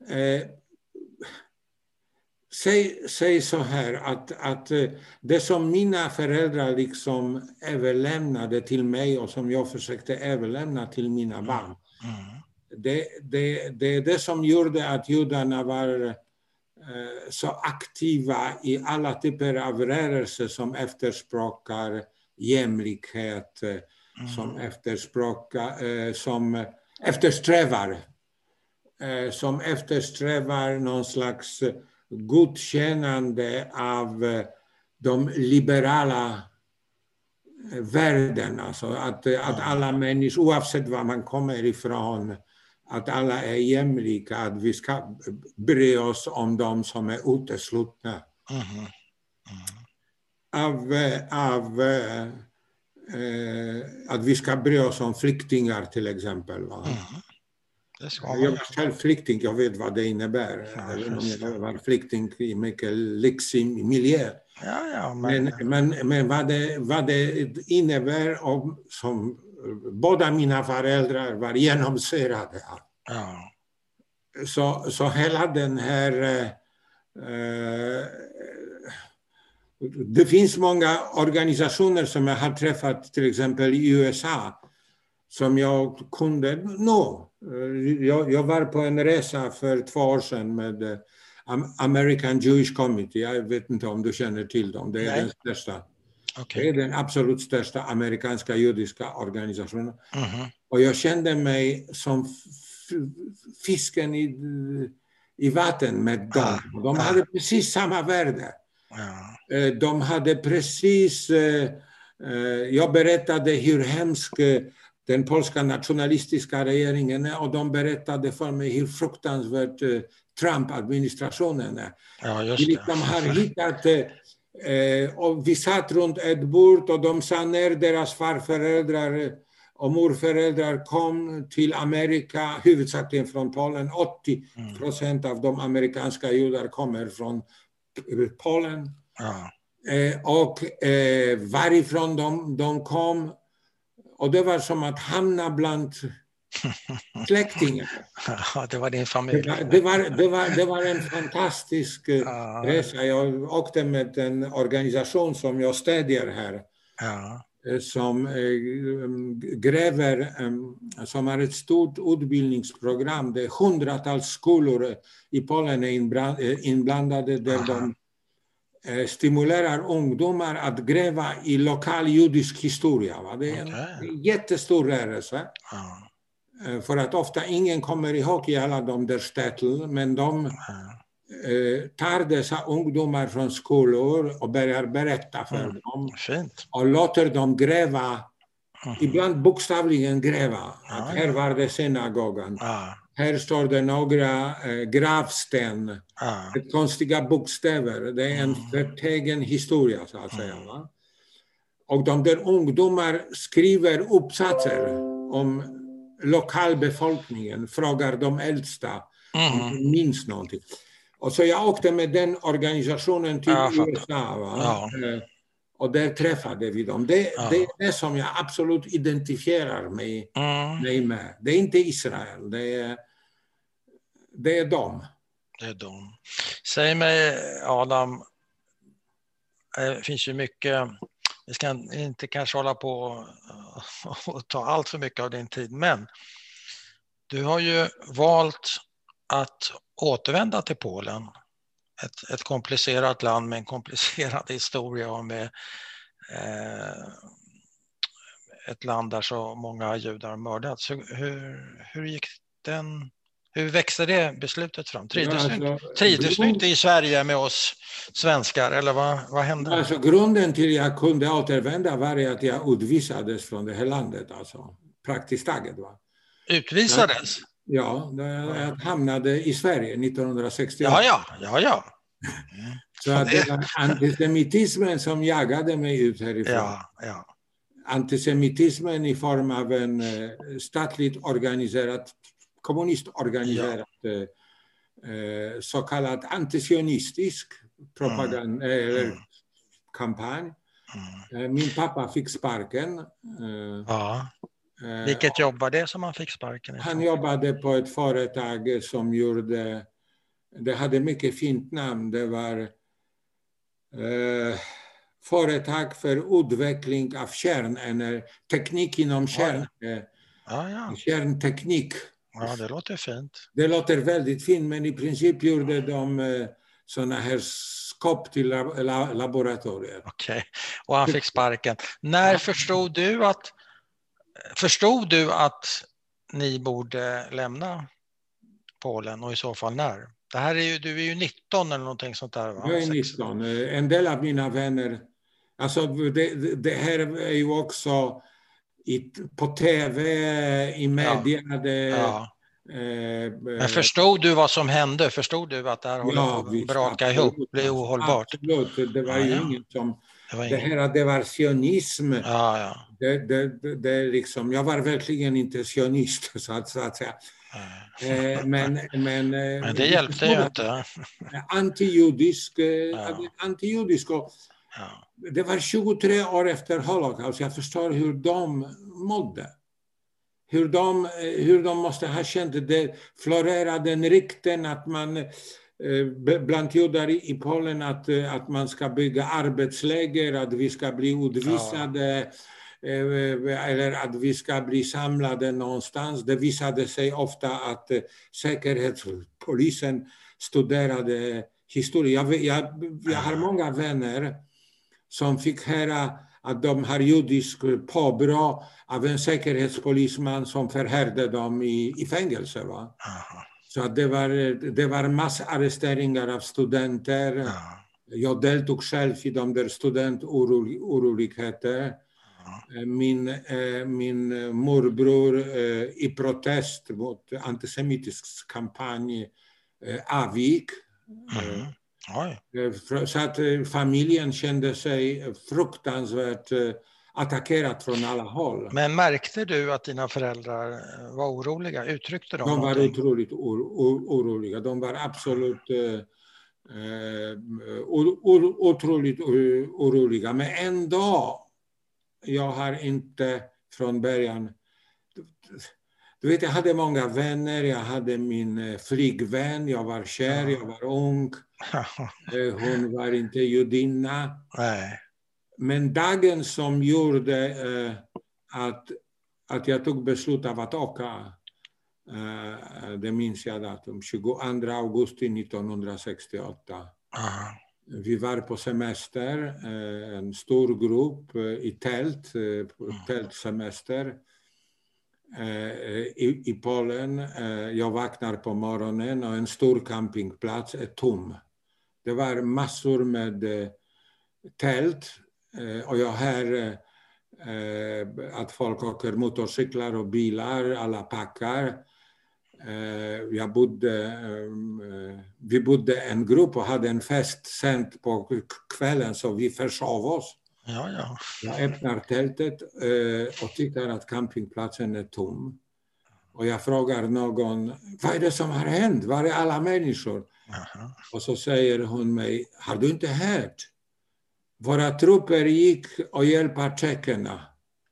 Säg så här att det som mina föräldrar liksom överlämnade till mig och som jag försökte överlämna till mina barn. Det är det som gjorde att judarna var så aktiva i alla typer av rörelser som efterspråkar jämlikhet, som eftersträvar någon slags godkännande av de liberala värden. Alltså att alla människor, oavsett var man kommer ifrån, att alla är jämlika, att vi ska bry oss om de som är uteslutna. Att vi ska bry oss om flyktingar till exempel. Va? Jag var själv flykting, jag vet vad det innebär. Jag var flykting i mycket lyxig miljö. Men vad det innebär, och som båda mina föräldrar var genomsyrade av. Så hela den här... det finns många organisationer som jag har träffat, till exempel i USA, som jag kunde nå. Jag var på en resa för 2 år sedan med American Jewish Committee. Jag vet inte om du känner till dem. Det är den största. Det är den absolut största amerikanska judiska organisationen. Och jag kände mig som fisken i vatten med dem. De hade precis samma värde. De hade precis... jag berättade hur hemsk den polska nationalistiska regeringen är, och de berättade för mig hur fruktansvärt Trump-administrationen är. Ja, just det. De har hittat... och vi satt runt ett bord och de sa när deras farföräldrar och morföräldrar kom till Amerika, huvudsakligen från Polen. 80% av de amerikanska judar kommer från Polen. Och varifrån de kom. Och det var som att hamna bland släktingar. Ja, det var din familj. Det var en fantastisk resa. Jag åkte med en organisation som jag stödjer här. Som gräver, som har ett stort utbildningsprogram. Det är hundratals skolor i Polen är inblandade där de stimulerar ungdomar att gräva i lokal judisk historia. Va? Det är en jättestor rörelse. För att ofta ingen kommer ihåg i alla de där städerna, men de tar dessa ungdomar från skolor och börjar berätta för dem. Fint. Och låter dem gräva, ibland bokstavligen gräva. Att här var det synagogan. Här står det några gravsten, konstiga bokstäver. Det är en förtegen historia, så att säga. Va? Och de där ungdomar skriver uppsatser om lokalbefolkningen, frågar de äldsta om de minns någonting. Och så jag åkte med den organisationen till USA. Va? Och där träffade vi dem. Det är det som jag absolut identifierar mig med. Det är inte Israel, det är dem. Det är dem. Säg mig, Adam, det finns ju mycket, vi ska inte kanske hålla på och ta allt för mycket av din tid, men du har ju valt att återvända till Polen. Ett komplicerat land med en komplicerad historia och med ett land där så många judar har mördats. Hur växte det beslutet fram? Trivdes du inte i Sverige med oss svenskar, eller vad hände? Alltså, grunden till att jag kunde återvända var att jag utvisades från det här landet, alltså, praktiskt taget. Va? Utvisades? Ja, jag hamnade i Sverige 1968. Ja. Så att det var antisemitismen som jagade mig ut härifrån. Ja. Antisemitismen i form av en statligt organiserad, kommunistorganiserad så kallad antisionistisk propaganda kampanj. Min pappa fick sparken. Vilket jobb var det som han fick sparken? Han jobbade på ett företag som gjorde, det hade mycket fint namn. Det var företag för utveckling av teknik inom kärnteknik. Ja, det låter fint. Det låter väldigt fint, men i princip gjorde de sådana här skåp till laboratorier. Okej, och han fick sparken. När förstod du att ni borde lämna Polen, och i så fall när? Det här är ju, du är ju 19 eller någonting sånt där, va? Jag är 19. En del av mina vänner, alltså det här är ju också på tv, i media. Men förstod du vad som hände? Förstod du att det här håller på att braka ihop, bli ohållbart? Absolut, det var ju inget som... Det var sionism. Det liksom, jag var verkligen inte sionist, så att säga. Men det hjälpte ju inte. Antijudisk. Det var 23 år efter Holocaust. Jag förstår hur de mådde. Hur de måste ha känt det. Florerade rykten att man bland judar i Polen att man ska bygga arbetsläger, att vi ska bli utvisade eller att vi ska bli samlade någonstans. Det visade sig ofta att säkerhetspolisen studerade historia. Jag har många vänner som fick höra att de har judisk påbrå av en säkerhetspolisman som förhörde dem i fängelse. Va? Så att det var massarresteringar av studenter. Jag deltog själv i de där studentoroligheter. Min morbror i protest mot antisemitisk kampanj avgick. Så att familjen kände sig fruktansvärt attackerad från alla håll. Men märkte du att dina föräldrar var oroliga? Uttryckte de någonting? De var otroligt oroliga. De var absolut otroligt oroliga. Men ändå, jag har inte från början... Du vet, jag hade många vänner, jag hade min flickvän, jag var kär, jag var ung. Hon var inte judinna. Nej. Men dagen som gjorde att jag tog beslut av att åka, det minns jag datum, 22 augusti 1968. Vi var på semester, en stor grupp i tältsemester. I Polen. Jag vaknar på morgonen och en stor campingplats är tom. Det var massor med tält och jag hör att folk åker motorcyklar och bilar, alla packar. Vi bodde en grupp och hade en fest sent på kvällen så vi försov oss. Ja. Jag öppnar tältet och tittar att campingplatsen är tom. Och jag frågar någon, vad är det som har hänt? Var är alla människor? Och så säger hon mig, har du inte hört? Våra trupper gick och hjälpa tjeckerna.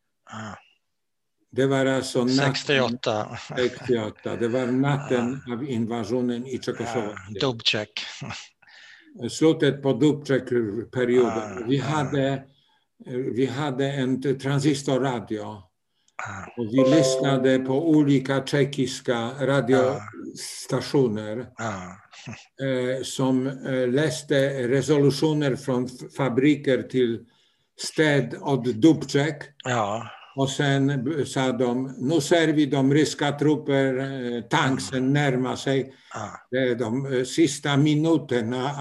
Det var alltså natten, 68. Det var natten av invasionen i Tjeckoslovakien. Dubček. Slutet på Dubček-perioden. Vi hade en transistorradio och vi lyssnade på olika tjeckiska radiostationer som läste resolutioner från fabriker till städ och Dubček. Och sen sa de, nu ser vi de ryska trupper, tanksen närma sig. Det är de sista minuterna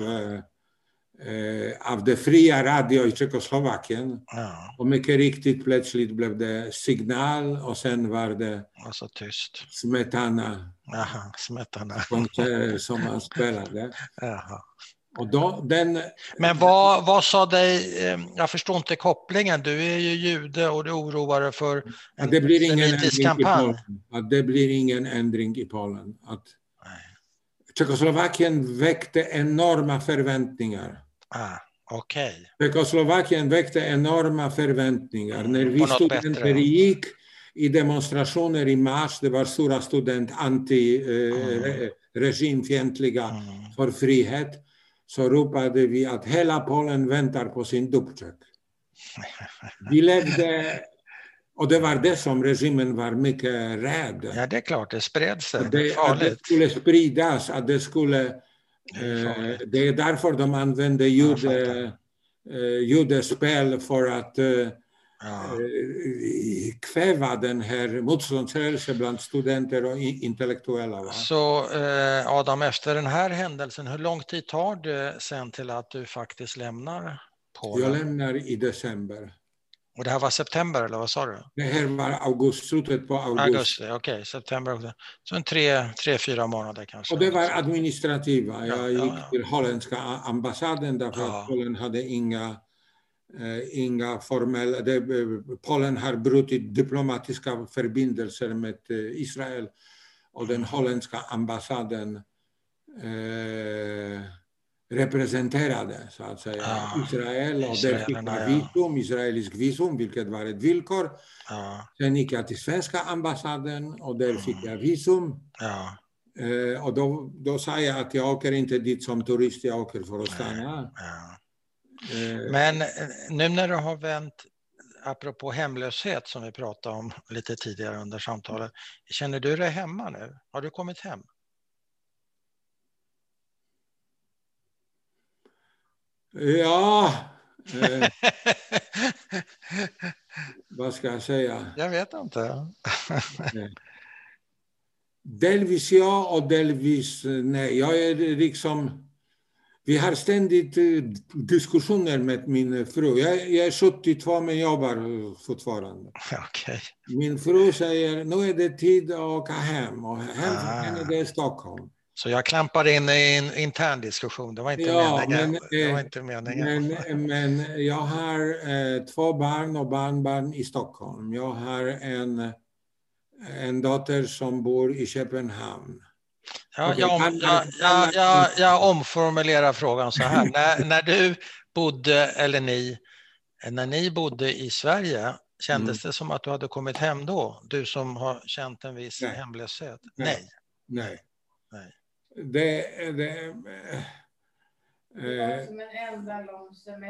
av det fria radio i Tjeckoslovakien. Och mycket riktigt plötsligt blev det signal och sen var det alltså tyst. Smetana. Konserter som man spelade. Och då, men vad sa dig, jag förstår inte kopplingen, du är ju jude och du oroar dig för en semitisk kampanj. Det blir ingen ändring i Polen. Tjeckoslovakien väckte enorma förväntningar. Tjeckoslovakien väckte enorma förväntningar. När vi studenter gick i demonstrationer i mars, det var stora anti-regimfientliga för frihet, så ropade vi att hela Polen väntar på sin Dubček. Vi levde, och det var det som regimen var mycket rädd. Ja, det är klart, det spred sig. Det är farligt. Att det skulle spridas, att det skulle... det är därför de använde judespel för att kväva den här motståndsrörelsen bland studenter och intellektuella. Va? Så Adam, efter den här händelsen, hur lång tid tar det sen till att du faktiskt lämnar Polen? Jag lämnar i december. Och det här var september, eller vad sa du? Det här var slutet på augusti. Okej, september. Så en 3-4 månader kanske. Och det var administrativa. Jag gick till holländska ambassaden därför att Polen hade inga formella... Polen har brutit diplomatiska förbindelser med Israel och den holländska ambassaden representerade så att säga Israel och där fick jag israelisk visum, vilket var ett villkor. Sen gick jag till svenska ambassaden och där fick jag visum. Och då sa jag att jag åker inte dit som turist, jag åker för att stanna. Men nu när du har vänt, apropå hemlöshet som vi pratade om lite tidigare under samtalet, känner du dig hemma nu? Har du kommit hem? Ja, vad ska jag säga? Jag vet inte. Delvis ja och delvis nej. Jag är liksom... Vi har ständigt diskussioner med min fru. Jag är 72 men jobbar fortfarande. Okay. Min fru säger, nu är det tid att åka hem. Och hem för henne det är Stockholm. Så jag klampar in i en intern diskussion. Det var inte meningen. Det var inte meningen. Men jag har 2 barn och barnbarn i Stockholm. Jag har en dotter som bor i Köpenhamn. Jag omformulerar frågan så här. när du bodde, eller när ni bodde i Sverige, kändes det som att du hade kommit hem då? Du som har känt en viss hemlöshet? Nej. Det var som en enda lång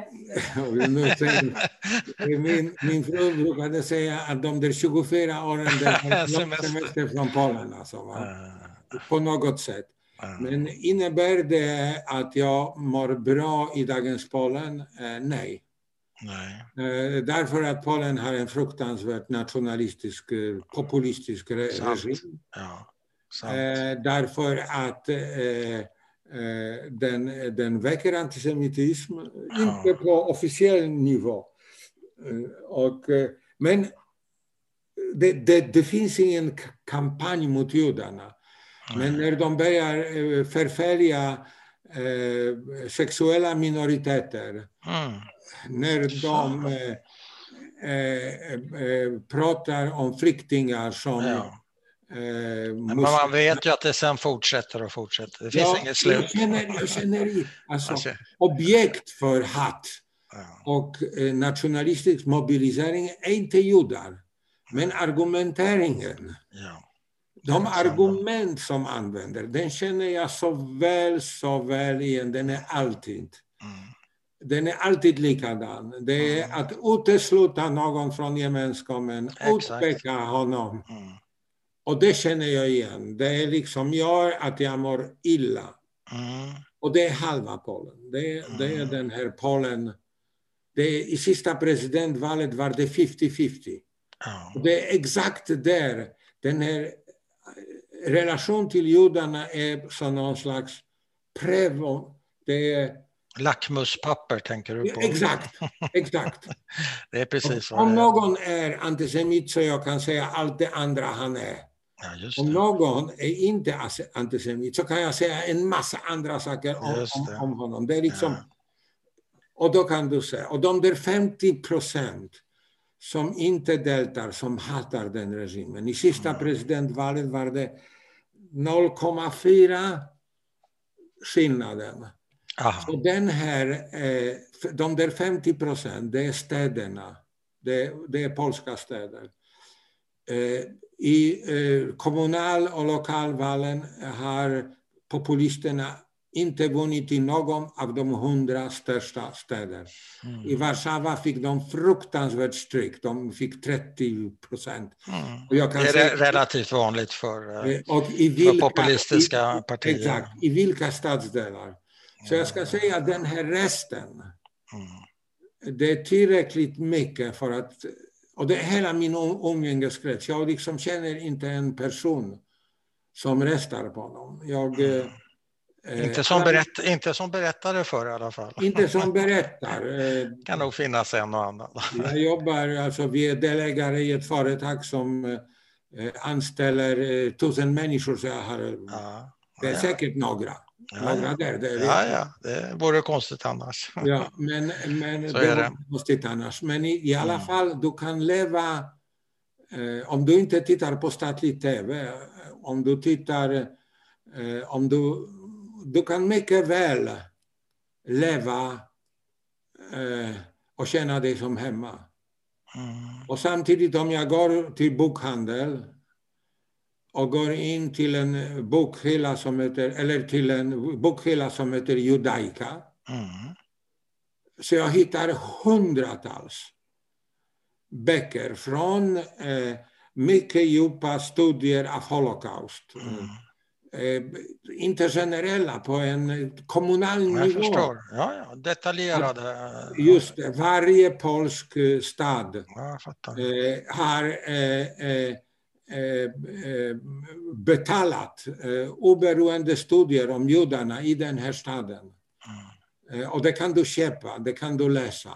semester. Min fru brukade säga att de där 24 åren var semester från Polen. Alltså, på något sätt. Men innebär det att jag mår bra i dagens Polen? Nej. Därför att Polen har en fruktansvärt nationalistisk, populistisk regim. Därför att den väcker antisemitism, inte på officiell nivå. Men det finns ingen kampanj mot judarna. Men när de börjar förfölja sexuella minoriteter, när de pratar om flyktingar som... Men man vet ju att det sen fortsätter. Det finns inget slut. Jag känner objekt för hat och nationalistisk mobilisering är inte judar. Men argumenteringen, de argument som använder, den känner jag så väl igen. Den är alltid likadan. Det är att utesluta någon från gemenskapen, utpeka honom. Och det känner jag igen. Det är liksom gör att jag mår illa. Och det är halva Polen. Det är den här Polen. I sista presidentvalet var det 50-50. Och det är exakt där. Den här relation till judarna är som någon slags det är lackmuspapper tänker du på? Exakt. Det är precis om någon är antisemit så jag kan säga allt det andra han är. Om någon är inte antisemit så kan jag säga en massa andra saker om honom. Det är liksom, och då kan du säga, och de där 50% som inte deltar, som hatar den regimen. I sista presidentvalet var det 0,4 skillnaden. Så den här, de där 50%, det är städerna. Det är polska städer. I kommunal- och lokalvalen har populisterna inte vunnit i någon av de 100 största städer. I Warszawa fick de fruktansvärt stryk. De fick 30%. Och jag kan det är relativt vanligt för populistiska partier. Exakt, i vilka stadsdelar. Så jag ska säga att den här resten, det är tillräckligt mycket för att, och det är hela min umgängeskrets. Jag liksom känner inte en person som röstar på honom. Inte som berättare för i alla fall. Inte som berättar. Kan nog finnas en och annan. Jag jobbar, alltså vi är delägare i ett företag som anställer 1000 människor. Så jag har, det är säkert några. Det vore konstigt annars. Men det vore konstigt annars. Men i alla fall, du kan leva, om du inte tittar på statlig tv, om du tittar, du kan mycket väl leva och känna dig som hemma. Och samtidigt om jag går till bokhandel och går in till en bokhylla som heter Judaika. Så jag hittar hundratals böcker från mycket djupa studier av Holocaust. inte generella, på en kommunal nivå. Jag förstår. Ja, detaljerade. Just det, varje polsk stad har betalat oberoende studier om judarna i den här staden. Och det kan du köpa, det kan du läsa.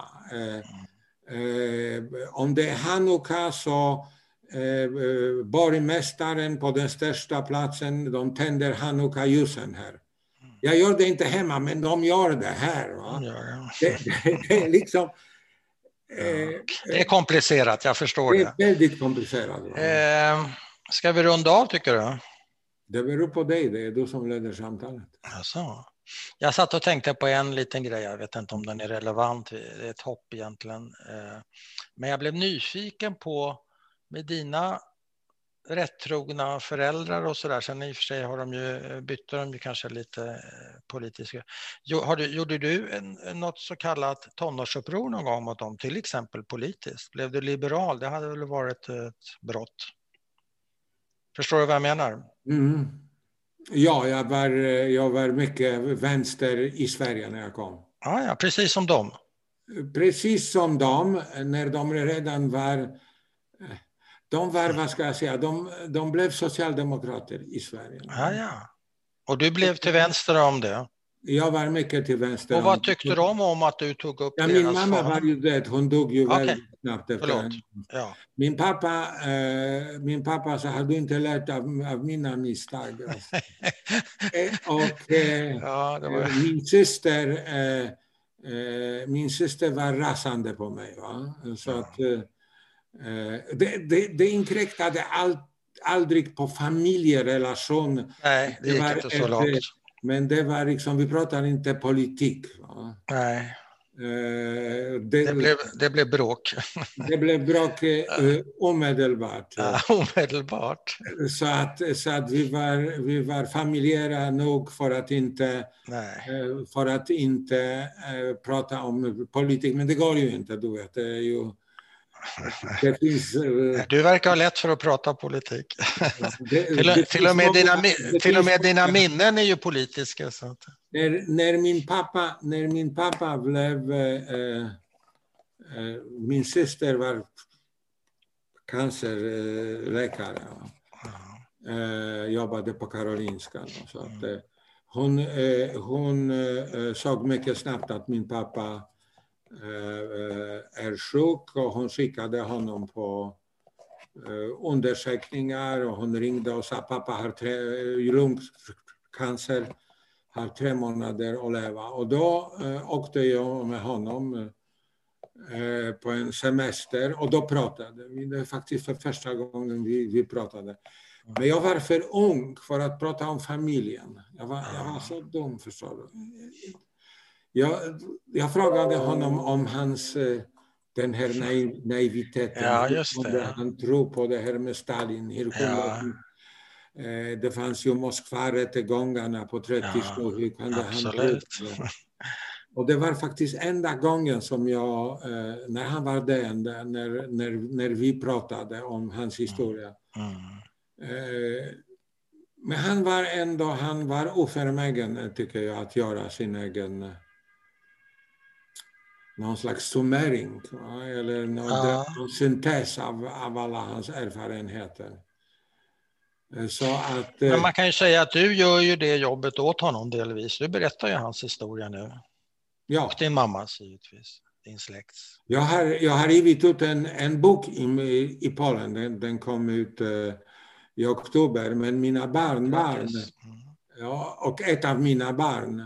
Om det är Hanukka så borgmästaren på den största platsen, de tänder Hanukka-ljusen här. Jag gör det inte hemma, men de gör det här. Va? Det är liksom... det är komplicerat, jag förstår det. Det är väldigt komplicerat. Ska vi runda av, tycker du? Det beror på dig, det är du som leder samtalet. Alltså. Jag satt och tänkte på en liten grej, jag vet inte om den är relevant, det är ett hopp egentligen. Men jag blev nyfiken på, med dina rättrogna föräldrar och sådär, sen i och för sig har bytte de ju kanske lite politiska. Gjorde du något så kallat tonårsuppror någon gång mot dem, till exempel politiskt? Blev du liberal? Det hade väl varit ett brott. Förstår du vad jag menar? Mm. Ja, jag var mycket vänster i Sverige när jag kom. Ja, precis som dem. Precis som dem, när de redan var... De var, vad ska jag säga, de blev socialdemokrater i Sverige. Ja. Och du blev till vänster om det? Jag var mycket till vänster. Och vad tyckte de om att du tog upp deras min mamma var ju död, hon dog ju väldigt snabbt efter. Ja. Min pappa sa, har du inte lärt av mina misstag? Och min syster var rasande på mig. Va? Så att... Det inkräktade aldrig på familjerelation. Nej, det gick inte så långt. Men det var liksom, vi pratar inte politik. Va? Nej. Det blev bråk. Det blev bråk omedelbart. Ja, omedelbart. Så att vi var familjära nog för att inte prata om politik. Men det går ju inte, du vet. Det är ju... Du verkar ha lätt för att prata politik. Till och med dina minnen är ju politiska. Så att... när min pappa blev... min syster var cancerläkare. Jobbade på Karolinska. Så att, hon såg mycket snabbt att min pappa är sjuk, och hon skickade honom på undersökningar, och hon ringde och sa pappa har lungcancer, har 3 månader att leva. Och då åkte jag med honom på en semester, och då pratade vi. Det är faktiskt för första gången vi pratade. Men jag var för ung för att prata om familjen. Jag var så dum, förstår du. Jag frågade honom om hans, den här naiviteten. Ja, just det. Han tror på det här med Stalin. Det fanns ju Moskva-rättegångarna på 30-talet. Hur kunde han tro det? Och det var faktiskt enda gången som jag, när han var där, när vi pratade om hans historia. Men han var oförmögen, tycker jag, att göra sin egen... någon slags summering, eller någon syntes av alla hans erfarenheter. Så att, men man kan ju säga att du gör ju det jobbet åt honom delvis. Du berättar ju hans historia nu. Ja. Och din mammas, givetvis. Din släkts. Jag har givit ut en bok i Polen. Den kom ut i oktober. Men mina barnbarn, och ett av mina barn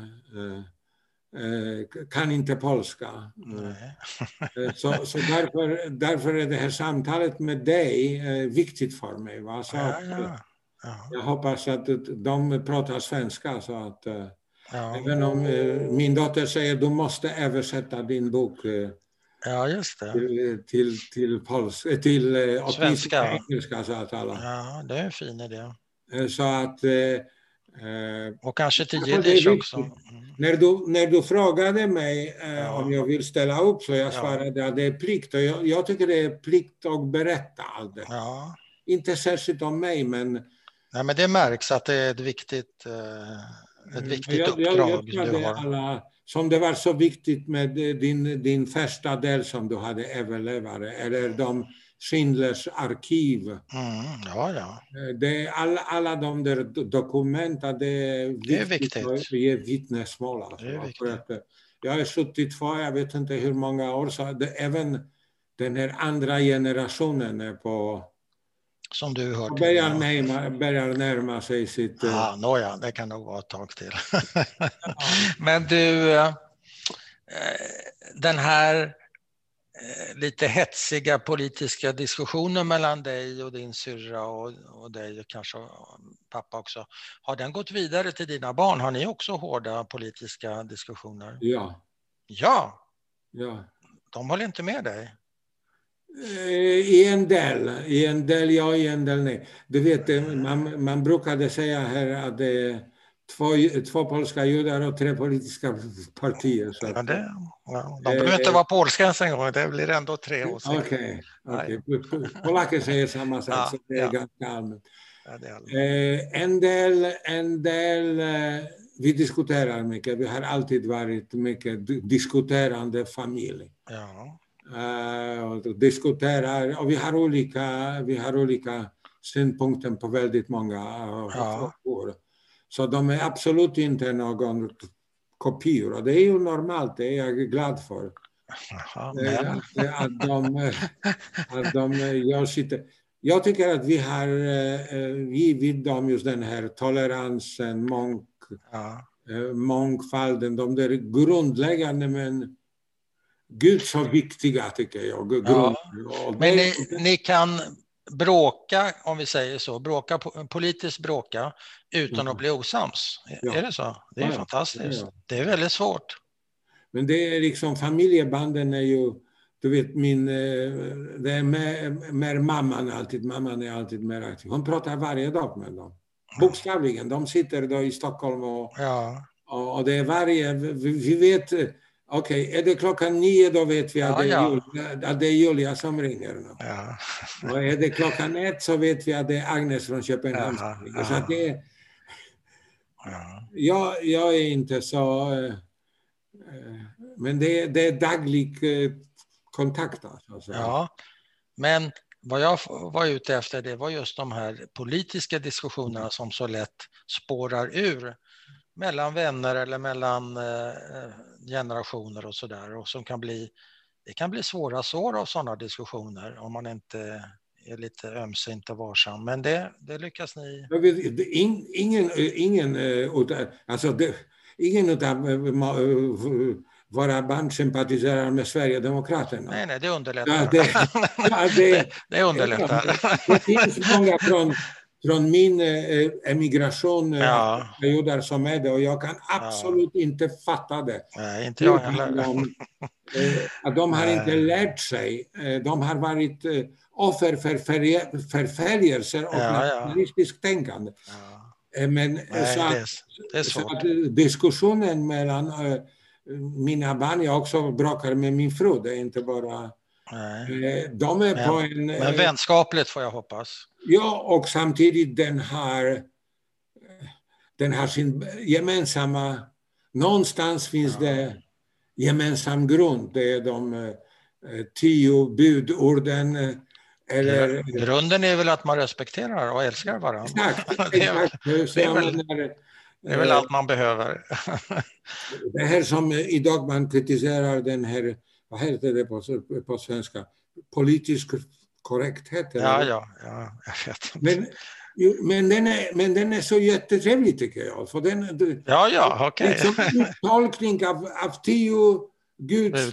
kan inte polska. Så därför är det här samtalet med dig viktigt för mig. Va? Så jag hoppas att de pratar svenska. Så att, även om min dotter säger du måste översätta din bok just det. till polska, till svenska. Engelska, så att alla. Ja, det är en fin idé. Så att... och kanske till jiddisch också. När du frågade mig om jag vill ställa upp, så jag svarade att det är plikt. Och jag tycker det är plikt att berätta allt det. Inte särskilt om mig, men Nej, men det märks att det är ett viktigt uppdrag du har. Som det var så viktigt med din första del som du hade överlevare, eller de Schindlers arkiv. Ja. Det är alla de där dokumenten, det är viktigt att ge vittnesmål. Alltså. Jag är 72, jag vet inte hur många år, så även den här andra generationen är på... Som du hört. Börjar närma sig sitt... Nåja, det kan nog vara ett tag till. Men du, den här lite hetsiga politiska diskussionen mellan dig och din syrra och dig och kanske pappa också. Har den gått vidare till dina barn? Har ni också hårda politiska diskussioner? Ja. De håller inte med dig? I en del ja, i en del nej. Du vet, man brukade säga här att det är två polska judar och 3 politiska partier. Så att, de behöver inte vara polska ens en gång, det blir ändå 3 åsikter. Okej. Polacker säger samma sak, så det är ganska allmänt. En del vi diskuterar mycket, vi har alltid varit mycket diskuterande familj. Och diskuterar, och vi har olika synpunkter på väldigt många frågor. Så de är absolut inte någon kopior, och det är ju normalt, det är jag glad för. Att de gör sitt. Jag tycker att vi har givit dem just den här toleransen, mångfalden, de där grundläggande, men Gud så viktiga tycker jag. Men ni kan bråka, om vi säger så, politiskt bråka utan att bli osams. Är det så? Det är fantastiskt. Det är väldigt svårt. Men det är liksom, familjebanden är ju, du vet, det är mer mamman är alltid mer aktiv. Hon pratar varje dag med dem. Bokstavligen, de sitter då i Stockholm och det är vi vet. Okej, är det 9:00 då vet vi att det är Julia som ringer. Och är det 1:00 så vet vi att det är Agnes från Köpenhamn som ringer. Så att jag är inte så... Men det är daglig kontakt. Alltså. Men vad jag var ute efter, det var just de här politiska diskussionerna som så lätt spårar ur mellan vänner eller mellan generationer och sådär, och som det kan bli svåra sår av sådana diskussioner om man inte är lite ömsint och varsam, men det lyckas ni. Ingen av våra barn sympatiserar med Sverigedemokraterna. Nej, det underlättar. Det underlättar. Det finns många från min emigration judar som är det, och jag kan absolut inte fatta det. Nej, inte jag heller. De har inte lärt sig. De har varit offer för förföljelser och nationalistiskt tänkande. Men så att diskussionen mellan mina barn, jag också bråkar med min fru, det är inte bara... De är på en... Men vänskapligt får jag hoppas. Ja, och samtidigt den har sin gemensamma... Någonstans finns det gemensam grund. Det är de 10 budorden. Grunden är väl att man respekterar och älskar varandra. Exakt. Det är väl allt man behöver. Det här som idag man kritiserar, den här, vad heter det på svenska? Politisk korrekthet. Ja, jag vet. Men den är så jättetrevlig tycker jag. För okej. Liksom tolkning av 10 Guds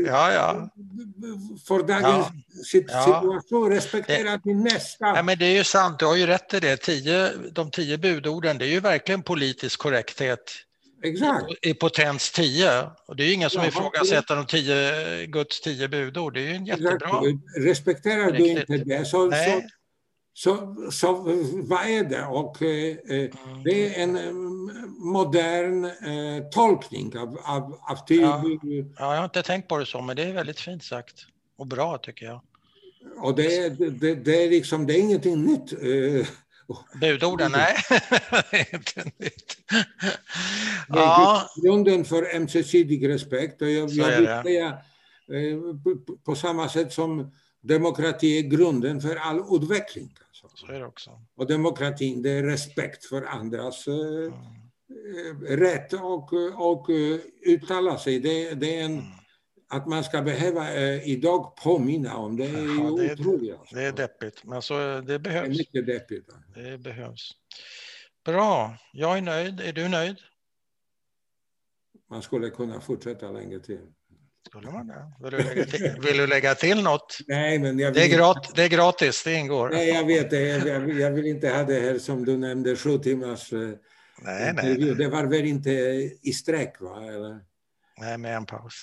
för dagens situation, respektera din nästa. Ja, men det är ju sant, du har ju rätt i det. De 10 budorden, det är ju verkligen politisk korrekthet. Exakt. I potens 10. Och det är ju ingen som ifrågasätter Guds 10 budord. Det är ju en jättebra. Respekterar du inte det så vad är det? Och det är en modern tolkning av 10 budord. Ja, jag har inte tänkt på det så, men det är väldigt fint sagt. Och bra tycker jag. Och det är liksom, det är ingenting nytt Budorden, nej. Det är inte nytt. Ja. Grunden för ömsesidig respekt. Och jag vill säga på samma sätt som demokrati är grunden för all utveckling. Alltså. Så är det också. Och demokratin, det är respekt för andras rätt och uttala sig. Det är att man ska behöva idag påminna om det är ju otroligt. Det är deppigt, men så det behövs. Det är mycket deppigt. Det behövs. Bra, jag är nöjd. Är du nöjd? Man skulle kunna fortsätta länge till. Skulle man det? Vill du lägga till något? Nej, men jag vill det är gratis, det ingår. Nej, jag vet det. Jag vill inte ha det här som du nämnde, 7 timmars intervju. Nej. Det var väl inte i sträck, va? Eller? Nej, med en paus.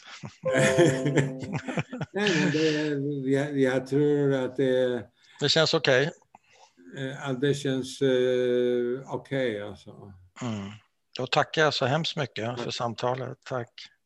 Nej, men jag tror att det känns okej. Att det känns okej, alltså. Då tackar jag så hemskt mycket för samtalet. Tack.